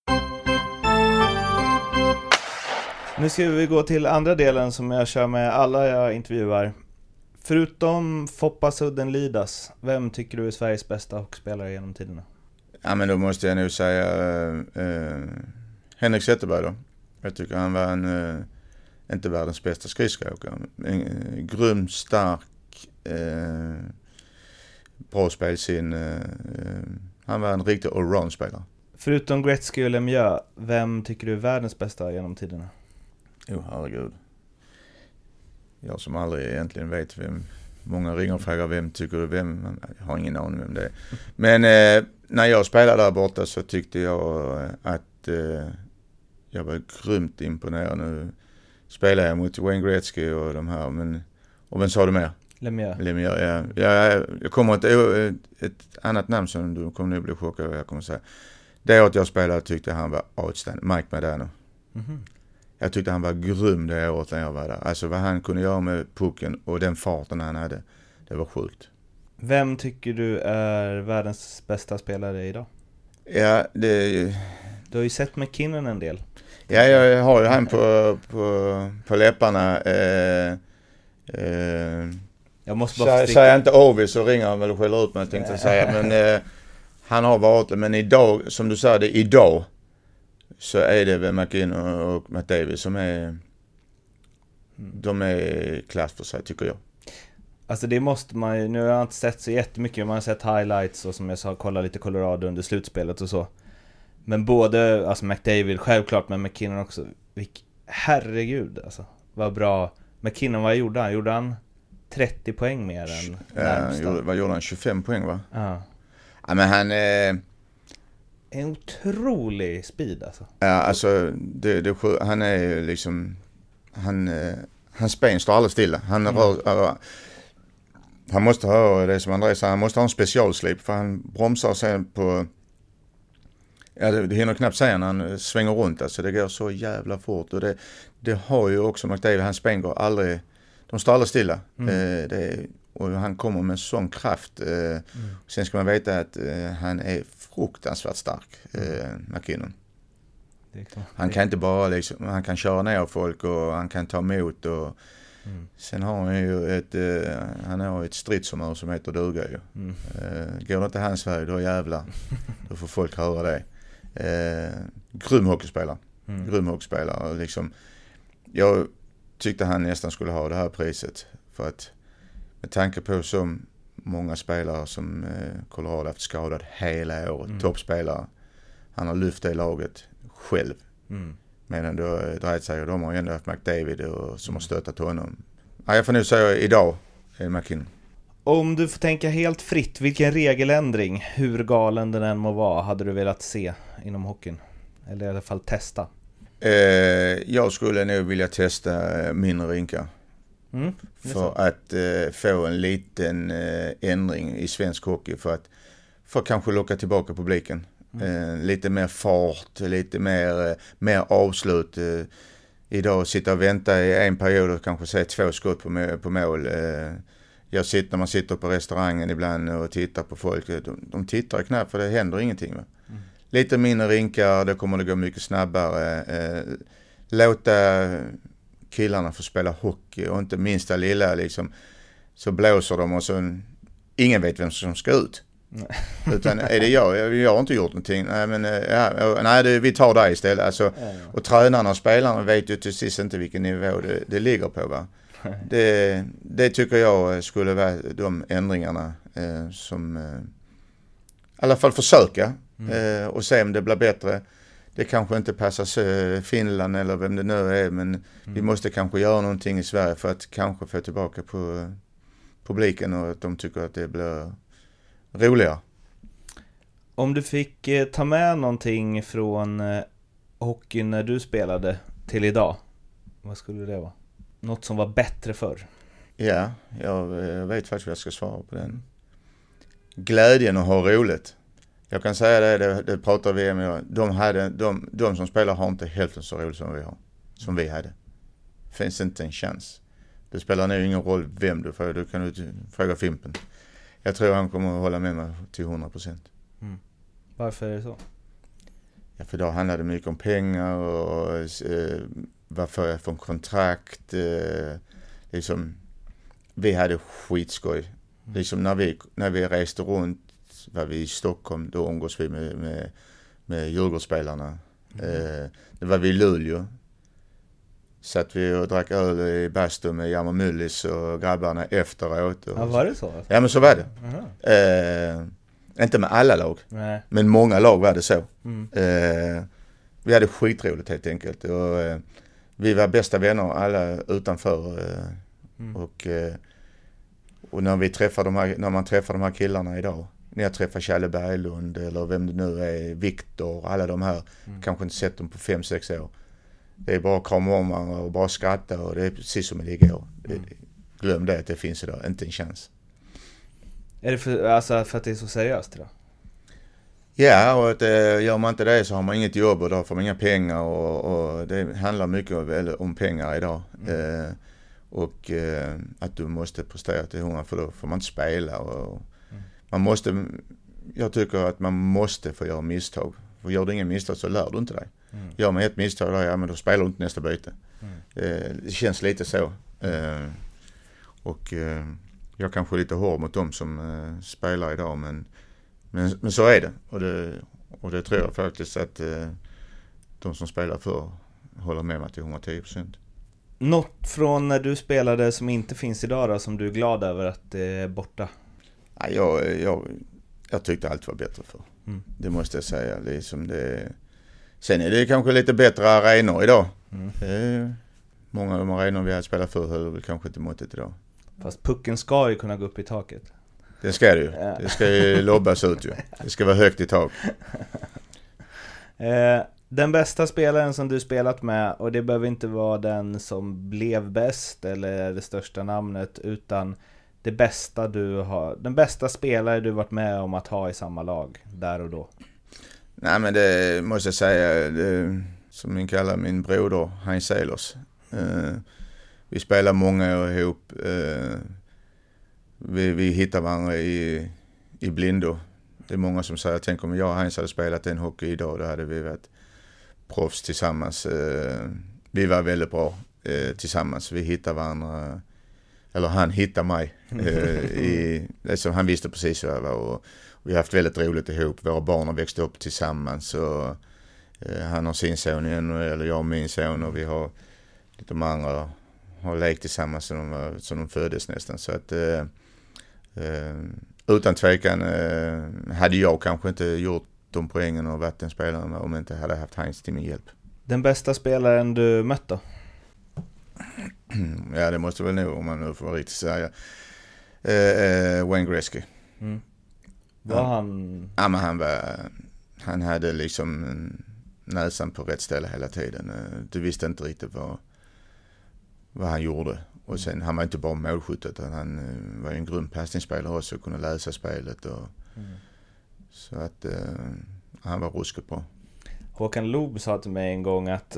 Nu ska vi gå till andra delen som jag kör med alla jag intervjuar. Förutom Foppa Sudden Lidas, vem tycker du är Sveriges bästa hockeyspelare genom tiderna? Ja, men då måste jag nog säga Henrik Zetterberg då. Jag tycker han var inte världens bästa skridskoåkare. En grym, stark, bra spelsyn. Han var en riktig allround-spelare. Förutom Gretzky och Lemieux, vem tycker du är världens bästa genom tiderna? Jo, herregud. Jag som aldrig egentligen vet vem. Många ringer och frågar vem tycker du vem. Jag har ingen aning vem det är. Men när jag spelade där borta så tyckte jag att jag var grymt imponerad. Nu spelar jag mot Wayne Gretzky och de här. Och vem sa du mer? Lemieux, ja. Jag kommer att ett annat namn som du kommer nu bli chockad över. Jag kommer att säga. Det året jag spelade tyckte han var outstanding. Mike Modano. Jag tyckte han var grym det året när jag var där. Alltså vad han kunde göra med pucken och den farten han hade. Det var sjukt. Vem tycker du är världens bästa spelare idag? Ja, Du har ju sett McKinnon en del. Ja, jag har ju han på läpparna. Jag måste bara säger jag inte Ovi så ringer han väl och skäller ut mig, tänkte jag säga. Men han har varit, men idag, som du sa det, idag så är det väl McKinnon och McDavid som är de är klass för sig, tycker jag. Alltså det måste man ju, nu har jag inte sett så jättemycket, man har sett highlights och som jag sa, kolla lite Colorado under slutspelet och så. Men både, alltså McDavid självklart, men McKinnon också. Herregud alltså, vad bra. McKinnon, vad gjorde han? Gjorde han 30 poäng mer än närmsta? Vad gjorde han? 25 poäng va? Ja. Ja, men han en otrolig speed alltså. Ja, alltså han är ju liksom hans ben står alldeles stilla. Han måste ha det som André sa, han måste ha en specialslip för han bromsar sen på det hinner knappt säga när han svänger runt, alltså det går så jävla fort och det har ju också McDavid, hans ben går aldrig, de står aldrig stilla. Och han kommer med sån kraft. Sen ska man veta att han är fruktansvärt stark, McKinnon. Han kan inte bara liksom, han kan köra ner folk och han kan ta emot och sen har han ju ett stridshumör som heter duga ju. Går det inte hans väg, då jävlar. Då får folk höra det. Grym hockeyspelare. Grym hockeyspelare. Liksom, jag tyckte han nästan skulle ha det här priset för att med tanke på så många spelare som Colorado haft skadat hela året, toppspelare. Han har lyft det laget själv. Medan det drejt sig och de har ju ändå haft McDavid som har stöttat honom. Ja, jag får nu säga idag är McKinnon. Om du får tänka helt fritt, vilken regeländring, hur galen den än må vara, hade du velat se inom hockeyn? Eller i alla fall testa? Jag skulle nog vilja testa mindre rinkar. För att få en liten ändring i svensk hockey för att kanske locka tillbaka publiken. Lite mer fart, lite mer avslut. Idag sitta och vänta i en period och kanske se 2 skott på mål. När man sitter på restaurangen ibland och tittar på folk, de tittar knappt för det händer ingenting. Va? Lite mindre rinkar, då kommer det gå mycket snabbare. Låta killarna få spela hockey och inte minsta lilla liksom, så blåser de och så ingen vet vem som ska ut. Utan är det jag har inte gjort någonting. Vi tar det istället. Alltså, och tränarna och spelarna vet ju till sist inte vilken nivå det ligger på. Va? Det tycker jag skulle vara de ändringarna som i alla fall försöka och se om det blir bättre. Det kanske inte passar Finland eller vem det nu är, men vi måste kanske göra någonting i Sverige för att kanske få tillbaka publiken och att de tycker att det blir roligare. Om du fick ta med någonting från hockeyn när du spelade till idag, vad skulle det vara? Något som var bättre förr? Ja, jag vet faktiskt vad jag ska svara på den. Glädjen att ha roligt. Jag kan säga det pratar vi om. De som spelar har inte hälften så roligt som vi hade. Finns inte en chans. Det spelar nu ingen roll vem du frågar. Du kan fråga Fimpen. Jag tror han kommer att hålla med mig till 100%. Varför är det så? Ja, för då handlar det mycket om pengar och vad får jag för kontrakt. Liksom, vi hade skitskoj. Liksom när vi reste runt, var vi i Stockholm, då umgås vi med Djurgårdsspelarna. Det var vi i Luleå. Satt vi och drack öl i bastu med Jammer Mullis och grabbarna efteråt. Ja, var det så? Ja, men så var det. Inte med alla lag. Nej. Men många lag var det så. Vi hade skitroligt helt enkelt. Och vi var bästa vänner alla utanför. Och när man träffar de här killarna idag. När jag träffar Challe Berglund eller vem det nu är, Viktor, alla de här. Kanske inte sett dem på 5-6 år. Det är bara att krama om och bara skratta och det är precis som det igår. Glöm det att det finns idag, inte en chans. Är det för att det är så seriöst idag? Ja, och att gör man inte det så har man inget jobb och då får man inga pengar och det handlar mycket om pengar idag. Och att du måste prestera till 100 för då får man inte spela. Och jag tycker att man måste få göra misstag. För gör du ingen misstag så lär du inte dig. Gör man ett misstag då spelar du inte nästa byte. Det känns lite så. Och jag kanske är lite hård mot dem som spelar idag men så är det. Och det tror jag faktiskt att de som spelar för håller med mig till 110%. Något från när du spelade som inte finns idag då, som du är glad över att det är borta? Ja, jag tyckte allt var bättre för. Det måste jag säga. Sen är det kanske lite bättre arenor idag. Många av de arenor vi har spelat för höll väl kanske inte måttet idag. Fast pucken ska ju kunna gå upp i taket. Det ska det ju. Det ska ju lobbas ut ju. Det ska vara högt i tak. Den bästa spelaren som du spelat med, och det behöver inte vara den som blev bäst eller det största namnet, utan den bästa spelare du varit med om att ha i samma lag där och då. Nej, men det måste jag säga, som min kallar min broder Heinz Seilers. Vi spelar många år ihop. Vi hittar varandra i blindo. Det är många som säger, tänk om jag och Heinz hade spelat en hockey idag, då hade vi varit proffs tillsammans. Vi var väldigt bra tillsammans. Vi hittar varandra, eller han hittar mig. Han visste precis vad jag var och vi har haft väldigt roligt ihop. Våra barn har växt upp tillsammans och han har sin son igen, eller jag och min son, och vi har lite andra har lekt tillsammans som de föddes nästan. Så att utan tvekan hade jag kanske inte gjort de poängen och varit en spelare om jag inte hade haft Heinz till min hjälp. Den bästa spelaren du mött då? Ja, det måste väl nog, om man nu får vara riktigt säga. Wayne Gretzky. Var han? Ja, men han hade liksom näsan på rätt ställe hela tiden. Du visste inte riktigt vad han gjorde. Och sen han var inte bara målskytt, utan han var ju en grym passningsspelare också och kunde läsa spelet. Så att han var ruskigt bra. Håkan Loob sa till mig en gång att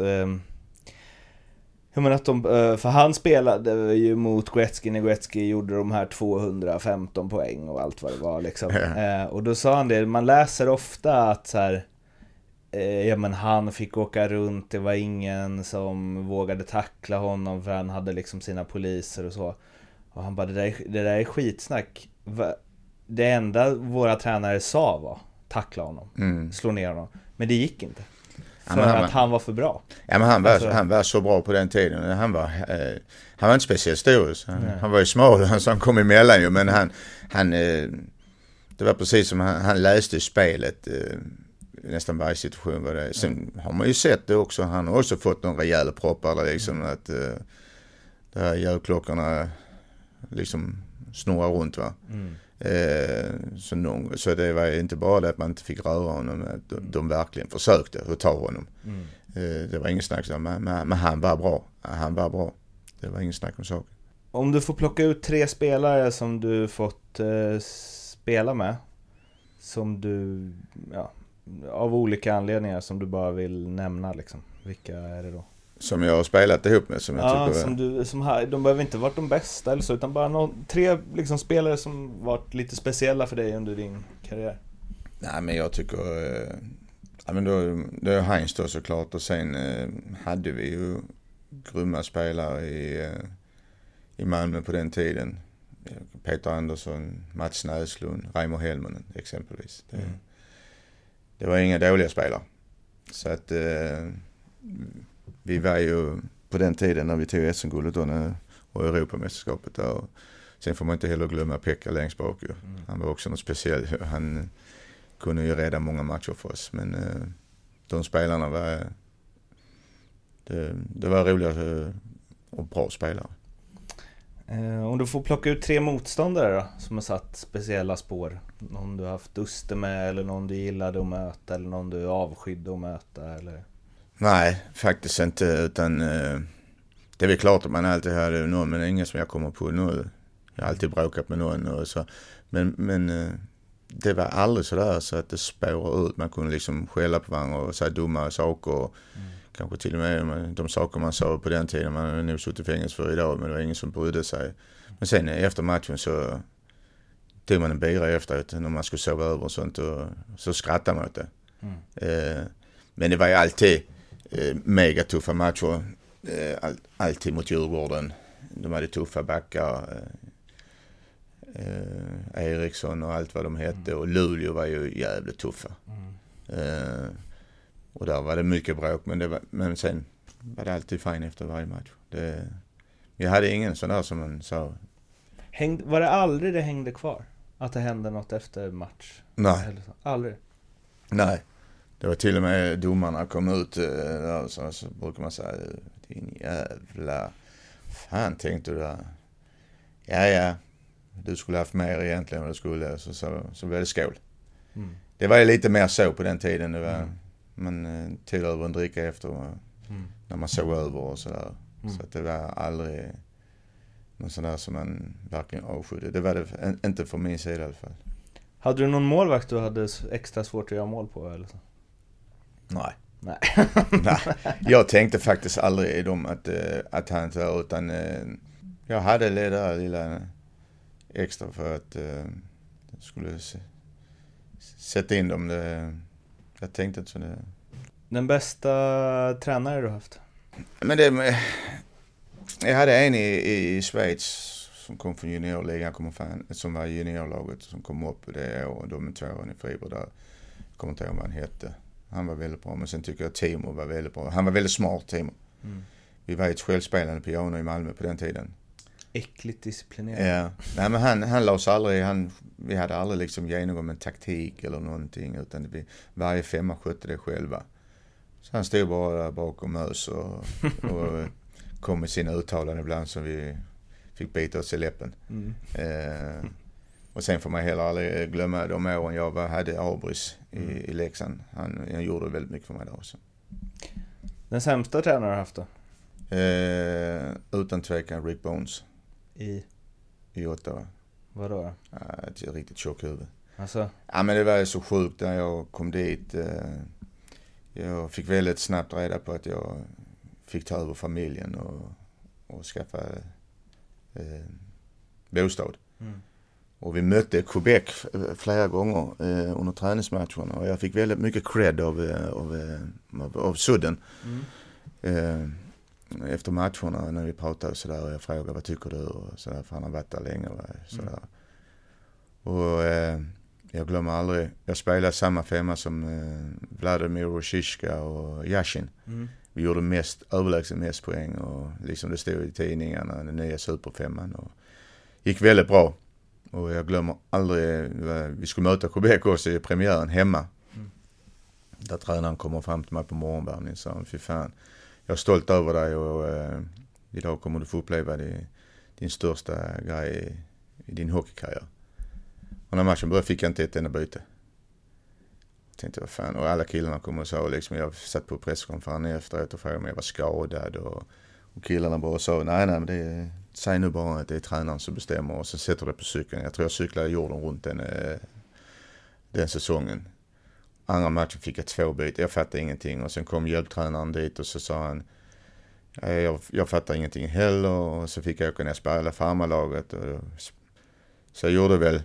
för han spelade ju mot Gretzky när Gretzky gjorde de här 215 poäng och allt vad det var liksom. Och då sa han det, man läser ofta att så här, men han fick åka runt, det var ingen som vågade tackla honom för han hade liksom sina poliser och så. Och han bara, det där är skitsnack. Det enda våra tränare sa var tackla honom, slå ner honom. Men det gick inte. För att han var för bra. Ja, men han var så bra på den tiden. Han var inte speciellt stor. Han var ju smal, så han kom emellan ju. Men det var precis som han läste spelet nästan varje situation var det. Sen har man ju sett det också. Han har också fått någon rejäl proppar liksom att de här ljudklockorna liksom snurra runt, va. Så det var inte bara det att man inte fick röra honom, att de verkligen försökte att ta honom. Det var ingen snack om, men han var bra. Det var ingen snack om saken. Om du får plocka ut 3 spelare som du fått spela med, som du, av olika anledningar som du bara vill nämna liksom. Vilka är det då? Som jag har spelat ihop med, som jag tycker... de behöver inte varit de bästa eller så, utan bara 3 liksom spelare som varit lite speciella för dig under din karriär. Nej, men jag tycker... men då är Heinz då såklart, och sen hade vi ju grymma spelare i Malmö på den tiden. Peter Andersson, Mats Näslund, Raimo Helmanen exempelvis. Det var inga dåliga spelare. Så att vi var ju på den tiden när vi tog SM-guldet och Europamästerskapet där. Och sen får man inte heller glömma Pekka längst bak. Han var också något speciellt. Han kunde ju rädda många matcher för oss. Men de spelarna var... Det var roliga och bra spelare. Om du får plocka ut 3 motståndare då, som har satt speciella spår. Någon du har haft duster med, eller någon du gillade att möta, eller någon du avskydde att möta, eller... Nej, faktiskt inte, utan det är väl klart att man alltid hade någon, men det är ingen som jag kommer på nu. Jag har alltid bråkat med någon och så. Men det var aldrig sådär så att det spårar ut. Man kunde liksom skälla på varandra och säga dumma saker och kanske till och med de saker man sa på den tiden man har nog suttit i fängelse för idag, men det var ingen som brydde sig. Men sen efter matchen så tog man en bira efteråt när man skulle sova över och sånt, och så skrattade man åt det. Men det var ju alltid mega tuffa matcher. Alltid mot Djurgården. De hade tuffa backar. Eriksson och allt vad de hette. Och Luleå var ju jävligt tuffa. Och där var det mycket bråk. Men sen var det alltid fint efter varje match. Jag hade ingen sån där som man sa. Var det aldrig det hängde kvar? Att det hände något efter match? Nej. Eller så? Aldrig? Nej. Det var till och med domarna kom ut där, så brukar man säga, din jävla fan tänkte du där. Ja, du skulle haft mer egentligen än vad du skulle, så blev det skål. Det var ju lite mer så på den tiden. Det var, man tog över en dricka efter när man såg över och sådär. Så att det var aldrig någon sån där som man verkligen avskydde. Det var det inte för min sida i alla fall. Hade du någon målvakt du hade extra svårt att göra mål på eller så? Nej. Nej. Jag tänkte faktiskt aldrig i dem att han inte var, utan jag hade det där lilla extra för att jag skulle sätta in dem. Jag tänkte inte så det. Den bästa tränare du haft? Men jag hade en i Schweiz som kom från juniorligan, som var juniorlaget som kom upp det år, de 2 åren i Fribourg där. Jag kommer inte ihåg vad han hette. Han var väldigt bra, men sen tycker jag Timo var väldigt bra. Han var väldigt smart, Timo. Vi var ett självspelande piano i Malmö på den tiden. Äckligt disciplinerad. Ja. Nej, men han la oss aldrig, vi hade aldrig liksom genomgått en taktik eller någonting, utan varje 5 skötte det själva. Så han stod bara där bakom oss och kom med sina uttalanden ibland som vi fick bita oss i läppen. Och sen får man heller aldrig glömma de åren jag hade Abris i Leksand. Han gjorde väldigt mycket för mig där också. Den sämsta tränaren har haft då? Utan tvekan Rick Bones. I Ottawa. Vadå? Ett riktigt tjock huvud. Alltså? Ja, men det var så sjukt när jag kom dit. Jag fick väldigt snabbt reda på att jag fick ta över familjen och skaffa bostad. Och vi mötte Quebec flera gånger under träningsmatcherna, och jag fick väldigt mycket cred av Sudden efter matcherna när vi pratade sådär, och jag frågade vad tycker du och sådär, för han har varit där länge och sådär. Och jag glömmer aldrig, jag spelade samma femma som Vladimir Rosiska och Yashin. Vi gjorde överlägset mest poäng, och liksom det stod i tidningarna, den nya superfemman, och gick väldigt bra. Och jag glömmer aldrig, vi skulle möta Quebec också i premiären hemma. Där tränaren kommer fram till mig på morgonvärmningen och sa, fy fan, jag är stolt över dig, och idag kommer du få uppleva din största grej i din hockeykarriär. Och när matchen började fick jag inte ett enda byte. Jag tänkte, vad fan, och alla killarna kom och sa liksom, jag satt på presskonferensen efteråt och frågade om jag var skadad och killarna bara sa, nej men säg nu bara att det är tränaren som bestämmer och så sätter det på cykeln. Jag tror jag cyklade jorden runt den säsongen. Andra matchen fick jag 2 byten, jag fattade ingenting och sen kom hjälptränaren dit och så sa han, jag fattar ingenting heller och så fick jag åka ner och spela farmarlaget. Så jag gjorde väl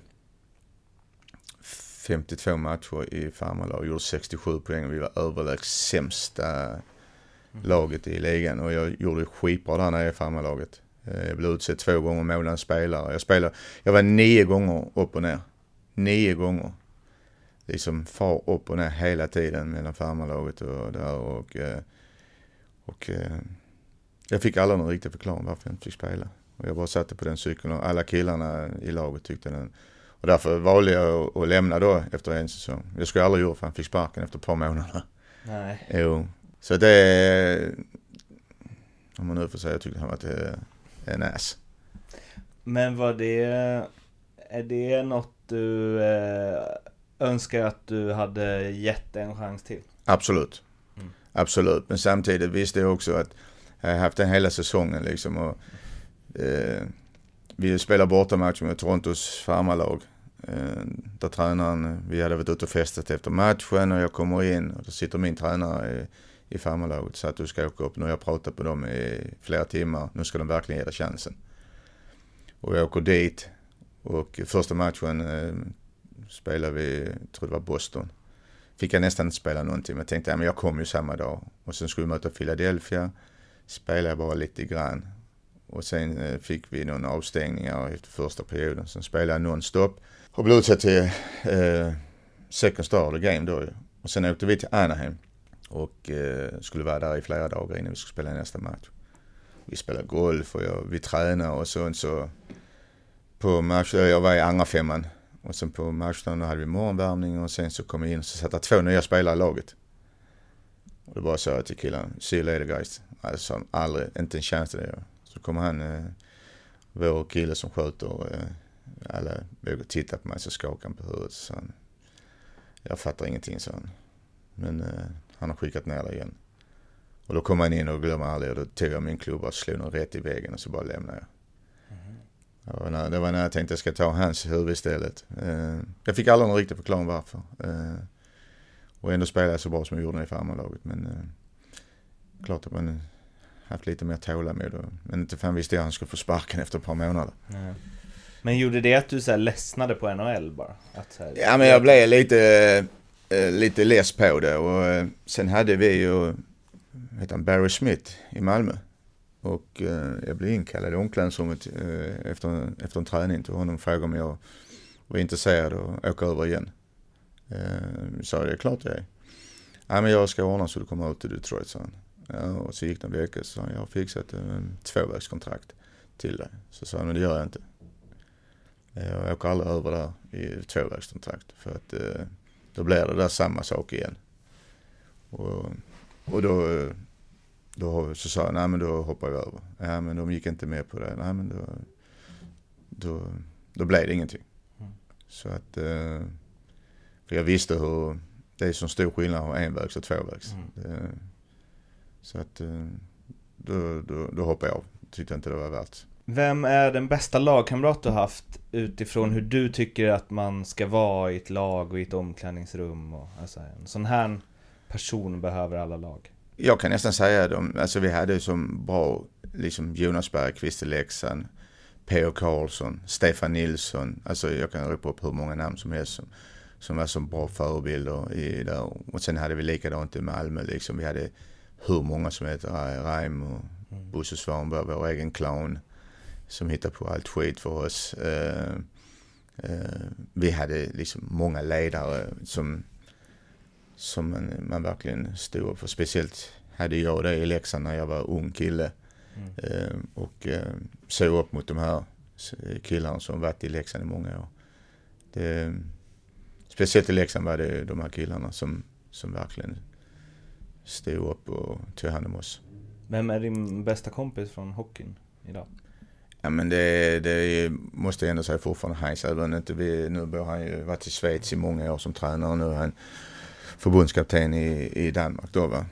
52 matcher i farmarlag, gjorde 67 poäng. Vi var överlägset sämsta laget i ligan och jag gjorde skitbra där nere i farmarlaget. Jag blev utsedd 2 gånger månadens spelare. Jag var 9 gånger upp och ner. 9 gånger. Liksom far upp och ner hela tiden mellan farmarlaget och där och jag fick aldrig någon riktig förklaring varför jag inte fick spela. Och jag bara satte på den cykeln och alla killarna i laget tyckte den. Och därför valde jag att lämna då efter en säsong. Jag skulle aldrig göra för han fick sparken efter ett par månader. Nej. Jo. Så det, om man nu får säga, jag tyckte han var en ass. Men är det något du önskar att du hade gett en chans till? Absolut. Absolut. Men samtidigt visste jag också att jag har haft den hela säsongen liksom och vi spelar bortamatch med Torontos farmarlag. Där tränaren, vi hade varit ute och festat efter matchen och jag kommer in och då sitter min tränare i farmarlaget så att du ska åka upp. Nu har jag pratat med dem i flera timmar. Nu ska de verkligen ge dig chansen. Och jag åker dit och första matchen spelade vi, jag tror det var Boston. Fick jag nästan inte spela någonting men jag tänkte men jag kommer ju samma dag. Och sen skulle vi möta Philadelphia. Spelade jag bara lite grann. Och sen fick vi någon avstängningar efter första perioden. Sen spelade jag non-stop. Och blev utsett till second star of the game då. Och sen åkte vi till Anaheim. Och skulle vara där i flera dagar innan vi skulle spela nästa match. Vi spelade golf och vi tränade och så på match, jag var i andra femman. Och sen på matchen hade vi morgonvärmning och sen så kom jag in och så satt 2 nya spelare i laget. Och det bara sa jag till killarna, see you later guys. Alltså aldrig, inte en chans till det. Så kommer han, vår kille som sköter, alla vågar titta på mig så skakar han på huvudet. Så han, jag fattar ingenting, så han. Men han har skickat ner det igen. Och då kom han in och glömde aldrig och då tog jag min klubba och slog den rätt i väggen och så bara lämnade jag. Det var när jag tänkte att jag ska ta hans huvud istället. Jag fick aldrig någon riktig förklaring varför. Och ändå spelade jag så bra som jag gjorde i farmarlaget. Men klart att man haft lite mer tålamod. Men inte fan visste jag att han skulle få sparken efter ett par månader. Nej. Men gjorde det att du så här ledsnade på NHL bara? Ja, men jag blev lite less på det. Och sen hade vi ju Barry Smith i Malmö. Och jag blev inkallad i omklädningsrummet efter en träning till honom och frågade om jag var intresserad att åka över igen. Så det är klart jag är. Ja, men jag ska ordna så du kommer ut till Detroit, sa han. Ja, och så gick det en vecka så jag har fixat en 2-vägskontrakt till dig. Så sa han, men det gör jag inte. Jag åker aldrig över där i 2-vägskontrakt för att då blir det där samma sak igen. Och då så sa jag, nej men då hoppar vi över. Ja, men de gick inte med på det. Nej, men då blev det ingenting. Så att för jag visste hur det är så stor skillnad att ha 1-vägs och 2-vägs. Så att då hoppade jag av. Tyckte inte det var värt. Vem är den bästa lagkamrat du har haft utifrån hur du tycker att man ska vara i ett lag och i ett omklädningsrum? Och, alltså, en sån här person behöver alla lag. Jag kan nästan säga alltså vi hade som bra liksom Jonas Bergqvist i Leksand, P.O. Karlsson, Stefan Nilsson. Alltså jag kan ropa upp hur många namn som helst som var som bra förebilder i där. Och sen hade vi likadant i Malmö liksom. Vi hade hur många som heter Raim och Bosse Svanberg, vår egen clown som hittar på allt skit för oss. Vi hade liksom många ledare som man verkligen stod upp för. Speciellt hade jag det i Leksand när jag var ung kille. Och såg upp mot de här killarna som varit i Leksand i många år. Speciellt i Leksand var det de här killarna som verkligen stod upp och tog hand om oss. Vem är din bästa kompis från hockeyn idag? Ja, men det måste jag ändå säga fortfarande Heinz, även inte nu har han ju varit i Schweiz i många år som tränare och nu är han förbundskapten i Danmark då, va.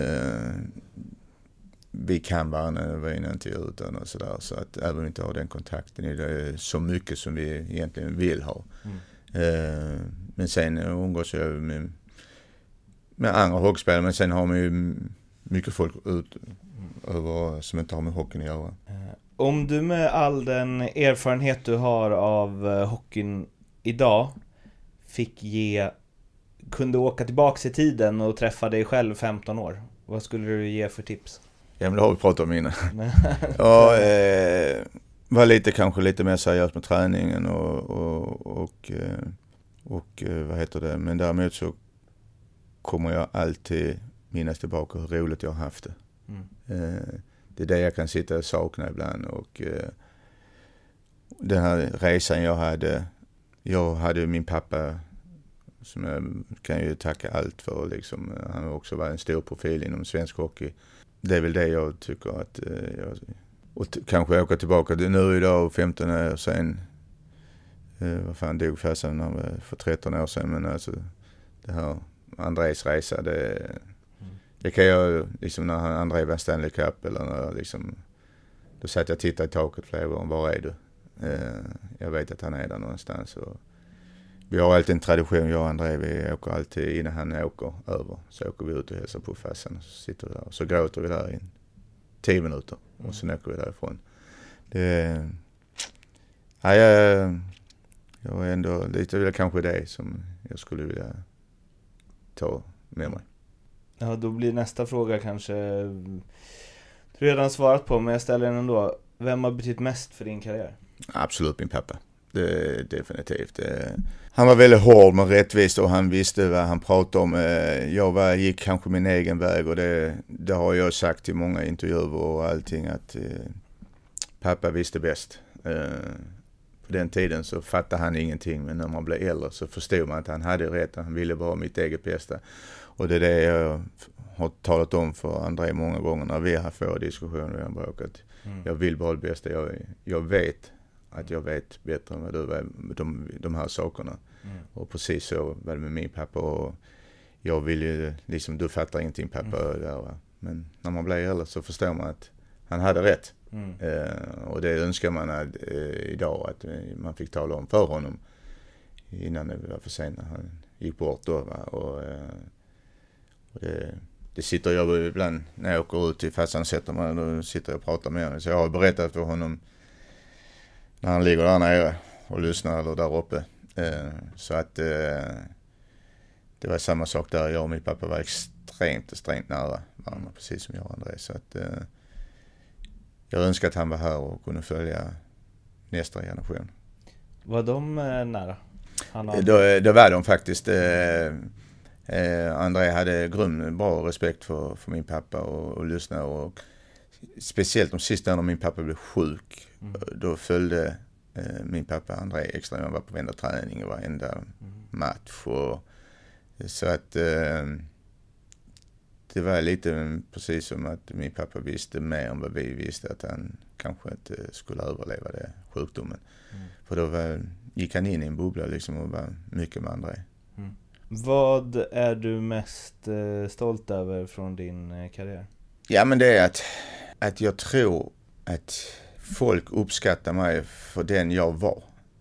Vi kan varandra när vi är inte utan och sådär, så att även om vi inte har den kontakten är det så mycket som vi egentligen vill ha. Men sen umgås jag med andra hockeyspelare, men sen har man ju mycket folk ut över som inte har med hockeyn att göra. Om du med all den erfarenhet du har av hockeyn idag kunde åka tillbaka i tiden och träffa dig själv 15 år, vad skulle du ge för tips? Ja, men det har vi pratat om innan. Var kanske lite mer seriös med träningen och vad heter det, men däremot så kommer jag alltid minnas tillbaka hur roligt jag har haft det. Det är det jag kan sitta och sakna ibland, och den här resan jag hade min pappa som jag kan ju tacka allt för liksom. Han har också varit en stor profil inom svensk hockey. Det är väl det jag tycker att kanske åka tillbaka nu idag 15 år sedan. Vad fan dog farsan för 13 år sedan, men alltså det här Andrés resa, det kan jag liksom, när André var Stanley Cup eller när liksom, då satt jag och tittade i taket flera gånger, var är du? Jag vet att han är där någonstans, och vi har alltid en tradition, jag och André, vi åker alltid innan han åker över, så åker vi ut och hälsar på farsan, och så sitter vi där och så gråter vi där i 10 minuter och sen åker vi därifrån. Jag är ändå lite kanske det som jag skulle vilja ta med mig. Ja, då blir nästa fråga kanske du redan svarat på, men jag ställer den ändå. Vem har betytt mest för din karriär? Absolut min pappa. Definitivt. Han var väldigt hård men rättvis, och han visste vad han pratade om. Jag gick kanske min egen väg, och det har jag sagt i många intervjuer och allting, att pappa visste bäst. På den tiden så fattade han ingenting, men när man blev äldre så förstod man att han hade rätt, han ville bara mitt eget bästa. Och det är det jag har talat om för André många gånger när vi har fått diskussioner och bråkat. Jag vill bara det bästa. Jag vet att jag vet bättre än vad du vet de här sakerna. Och precis så var det med min pappa, och jag vill ju liksom, du fattar ingenting pappa där, va? Men när man blir äldre så förstår man att han hade rätt. Och det önskar man idag att man fick tala om för honom innan det var för sent när han gick bort då, va? Och det sitter jag ibland när jag åker ut till farsan, sätter man, då sitter jag och pratar med honom. Så jag har berättat för honom när han ligger där nere och lyssnar, eller där uppe. Så att det var samma sak där. Jag och min pappa var extremt nära varandra, precis som jag och André. Så att jag önskar att han var här och kunde följa nästa generation. Var de nära? Då var de faktiskt. André hade bra respekt för min pappa och lyssnade, och speciellt de sista när min pappa blev sjuk, då följde min pappa André extra. Han var på varenda träning och varenda match, och så att det var lite precis som att min pappa visste mer än vad vi visste, att han kanske inte skulle överleva det sjukdomen. För då gick han in i en bubbla liksom och var mycket med André. Vad är du mest stolt över från din karriär? Ja, men det är att jag tror att folk uppskattar mig för den jag var.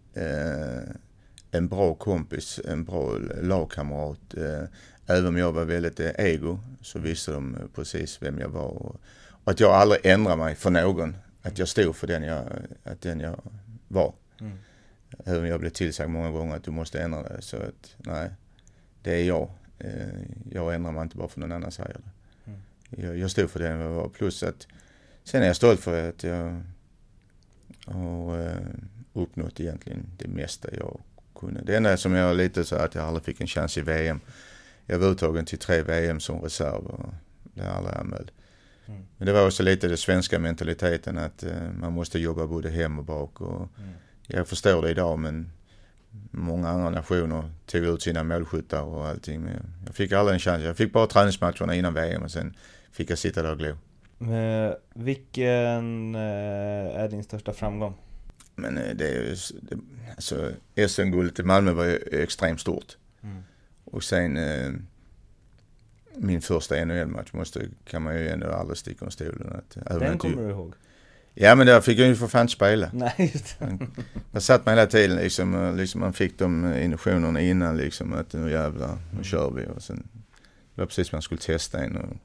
En bra kompis, en bra lagkamrat. Även om jag var väldigt ego, så visste de precis vem jag var. Och att jag aldrig ändrade mig för någon. Att jag stod för den jag var. Även om jag blev tillsagd många gånger att du måste ändra dig. Så att nej, det är jag. Jag ändrar mig inte bara för någon annan säger det. Jag stod för den jag var. Plus att sen är jag stolt för att jag har uppnått egentligen det mesta jag kunde. Det enda som jag lite så att jag aldrig fick en chans i VM. Jag var uttagen till 3 VM som reserv, och det är aldrig anmäld. Men det var också lite den svenska mentaliteten att man måste jobba både hem och bak. Och jag förstår det idag, men många andra nationer tog ut sina målskyttar och allting. Men jag fick aldrig en chans. Jag fick bara träningsmatcherna innan VM, och sen fick jag sitta där och glo. Vilken är din största framgång? Men det är ju, alltså SM-guldet i Malmö var ju extremt stort. Och sen min första NHL-match kan man ju ändå aldrig sticka om stolen. Den kommer du ihåg? Ja, men där fick jag ju för fan spela. Nej, just det. Jag satt mig hela tiden liksom man fick de innovationerna innan liksom att nu jävlar, nu kör vi. Och sen det var precis som man skulle testa en. Och,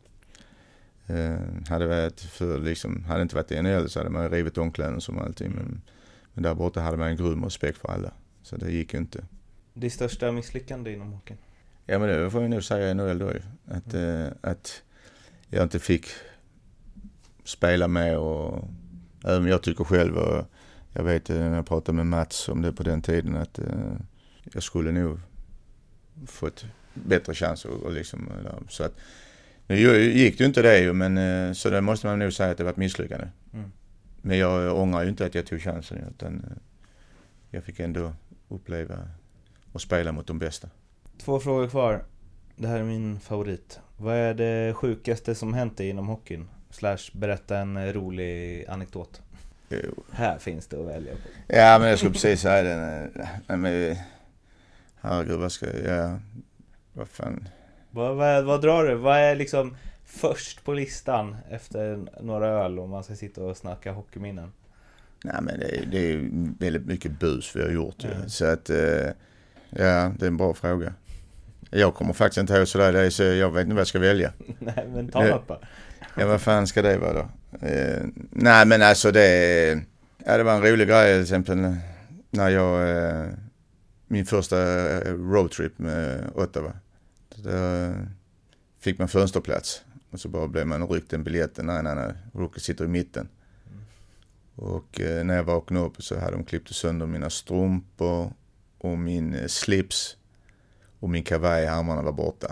hade det inte varit NHL så hade man rivit omkläden som alltid. Men där borta hade man en grym respekt för alla. Så det gick ju inte. Det största misslyckande inom hockeyn? Ja, men det får jag nog säga i NHL då ju. Att jag inte fick spela med och även jag tycker själv och jag vet när jag pratade med Mats om det på den tiden att jag skulle nog fått bättre chans och liksom så att nu gick det ju inte det ju men så det måste man nog säga att det var ett misslyckande. Men jag ångrar ju inte att jag tog chansen utan jag fick ändå uppleva och spela mot de bästa. 2 frågor kvar. Det här är min favorit. Vad är det sjukaste som hänt inom hockeyn? / berätta en rolig anekdot. Här finns det att välja på. Ja, men jag skulle precis säga det. Herregud, vad fan. Vad drar du? Vad är liksom först på listan efter några öl om man ska sitta och snacka hockeyminnen? Nej, men det är väldigt mycket bus vi har gjort. Så att, ja, det är en bra fråga. Jag kommer faktiskt inte ihåg sådär, så jag vet inte vad jag ska välja. Nej, men ta något bara. Ja, vad fan ska det vara då? Nej, men alltså det var en rolig grej till exempel när jag min första roadtrip med Ottawa. Då fick man fönsterplats och så bara blev man ryckt en biljett. Nej, Rookie sitter i mitten. Och när jag vaknade upp så hade de klippt sönder mina strumpor och min slips och min kavaj i armarna var borta.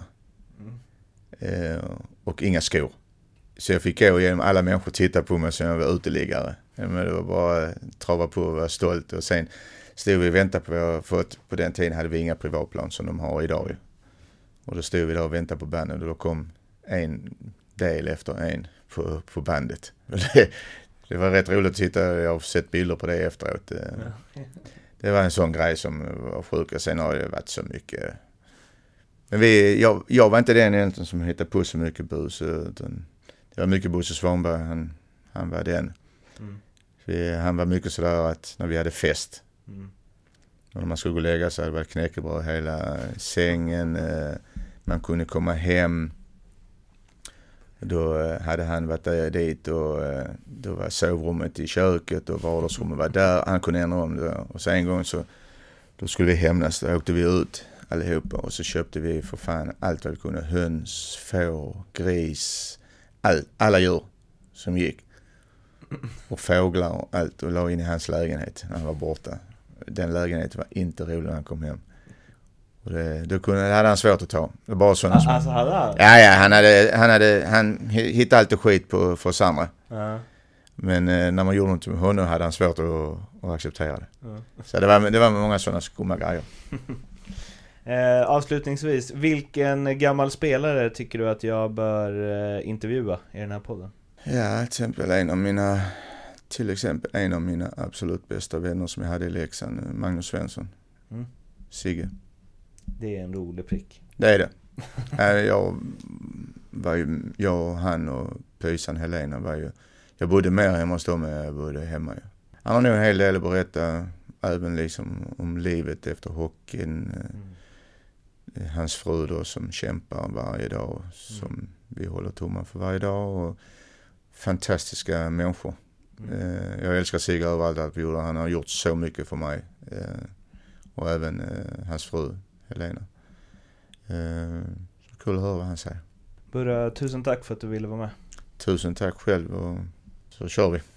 Och inga skor. Så jag fick gå igenom alla människor titta på mig som jag var uteliggare. Men det var bara trava på och vara stolt. Och sen stod vi och väntade på vad jag fått. På den tiden hade vi inga privatplan som de har idag. Och då stod vi där och väntade på bandet och då kom en del efter en på bandet. Det var rätt roligt att titta. Jag har sett bilder på det efteråt. Det var en sån grej som var sjuk och sen har det varit så mycket. Men jag var inte den egentligen som hittade på så mycket bus. Utan det var mycket Bosse Svanberg. Han var den. Han var mycket sådär att när vi hade fest. Och när man skulle gå och lägga sig hade det varit knäckebröd hela sängen. Man kunde komma hem. Då hade han varit där dit och då var sovrummet i köket och vardagsrummet var där. Han kunde ändra om det. Och så en gång så då skulle vi hämnas. Då åkte vi ut allihopa och så köpte vi för fan allt vad vi kunde. Höns, får, gris, alla djur som gick. Och fåglar och allt och la in i hans lägenhet när han var borta. Den lägenheten var inte rolig när han kom hem. Och det hade han svårt att ta. Det var bara sådana som... Alltså hade han? Ja, han hittade alltid skit för oss andra. Men när man gjorde något med honom hade han svårt att acceptera det. Så det var många sådana skumma grejer. Avslutningsvis, vilken gammal spelare tycker du att jag bör intervjua i den här podden? Ja, till exempel en av mina absolut bästa vänner som jag hade i Leksand, Magnus Svensson. Sigge. Det är en rolig prick. Det är det. Jag och han och Pysan Helena jag bodde mer hemma hos dem än jag bodde hemma. Han har nog en hel del att berätta även liksom om livet efter hockeyn. Hans fru då som kämpar varje dag som vi håller tummen för varje dag och fantastiska människor. Jag älskar Sigge överallt att vi gjorde. Han har gjort så mycket för mig och även hans fru Helena. Så kul att höra vad han säger. Burra, tusen tack för att du ville vara med. Tusen tack själv och så kör vi.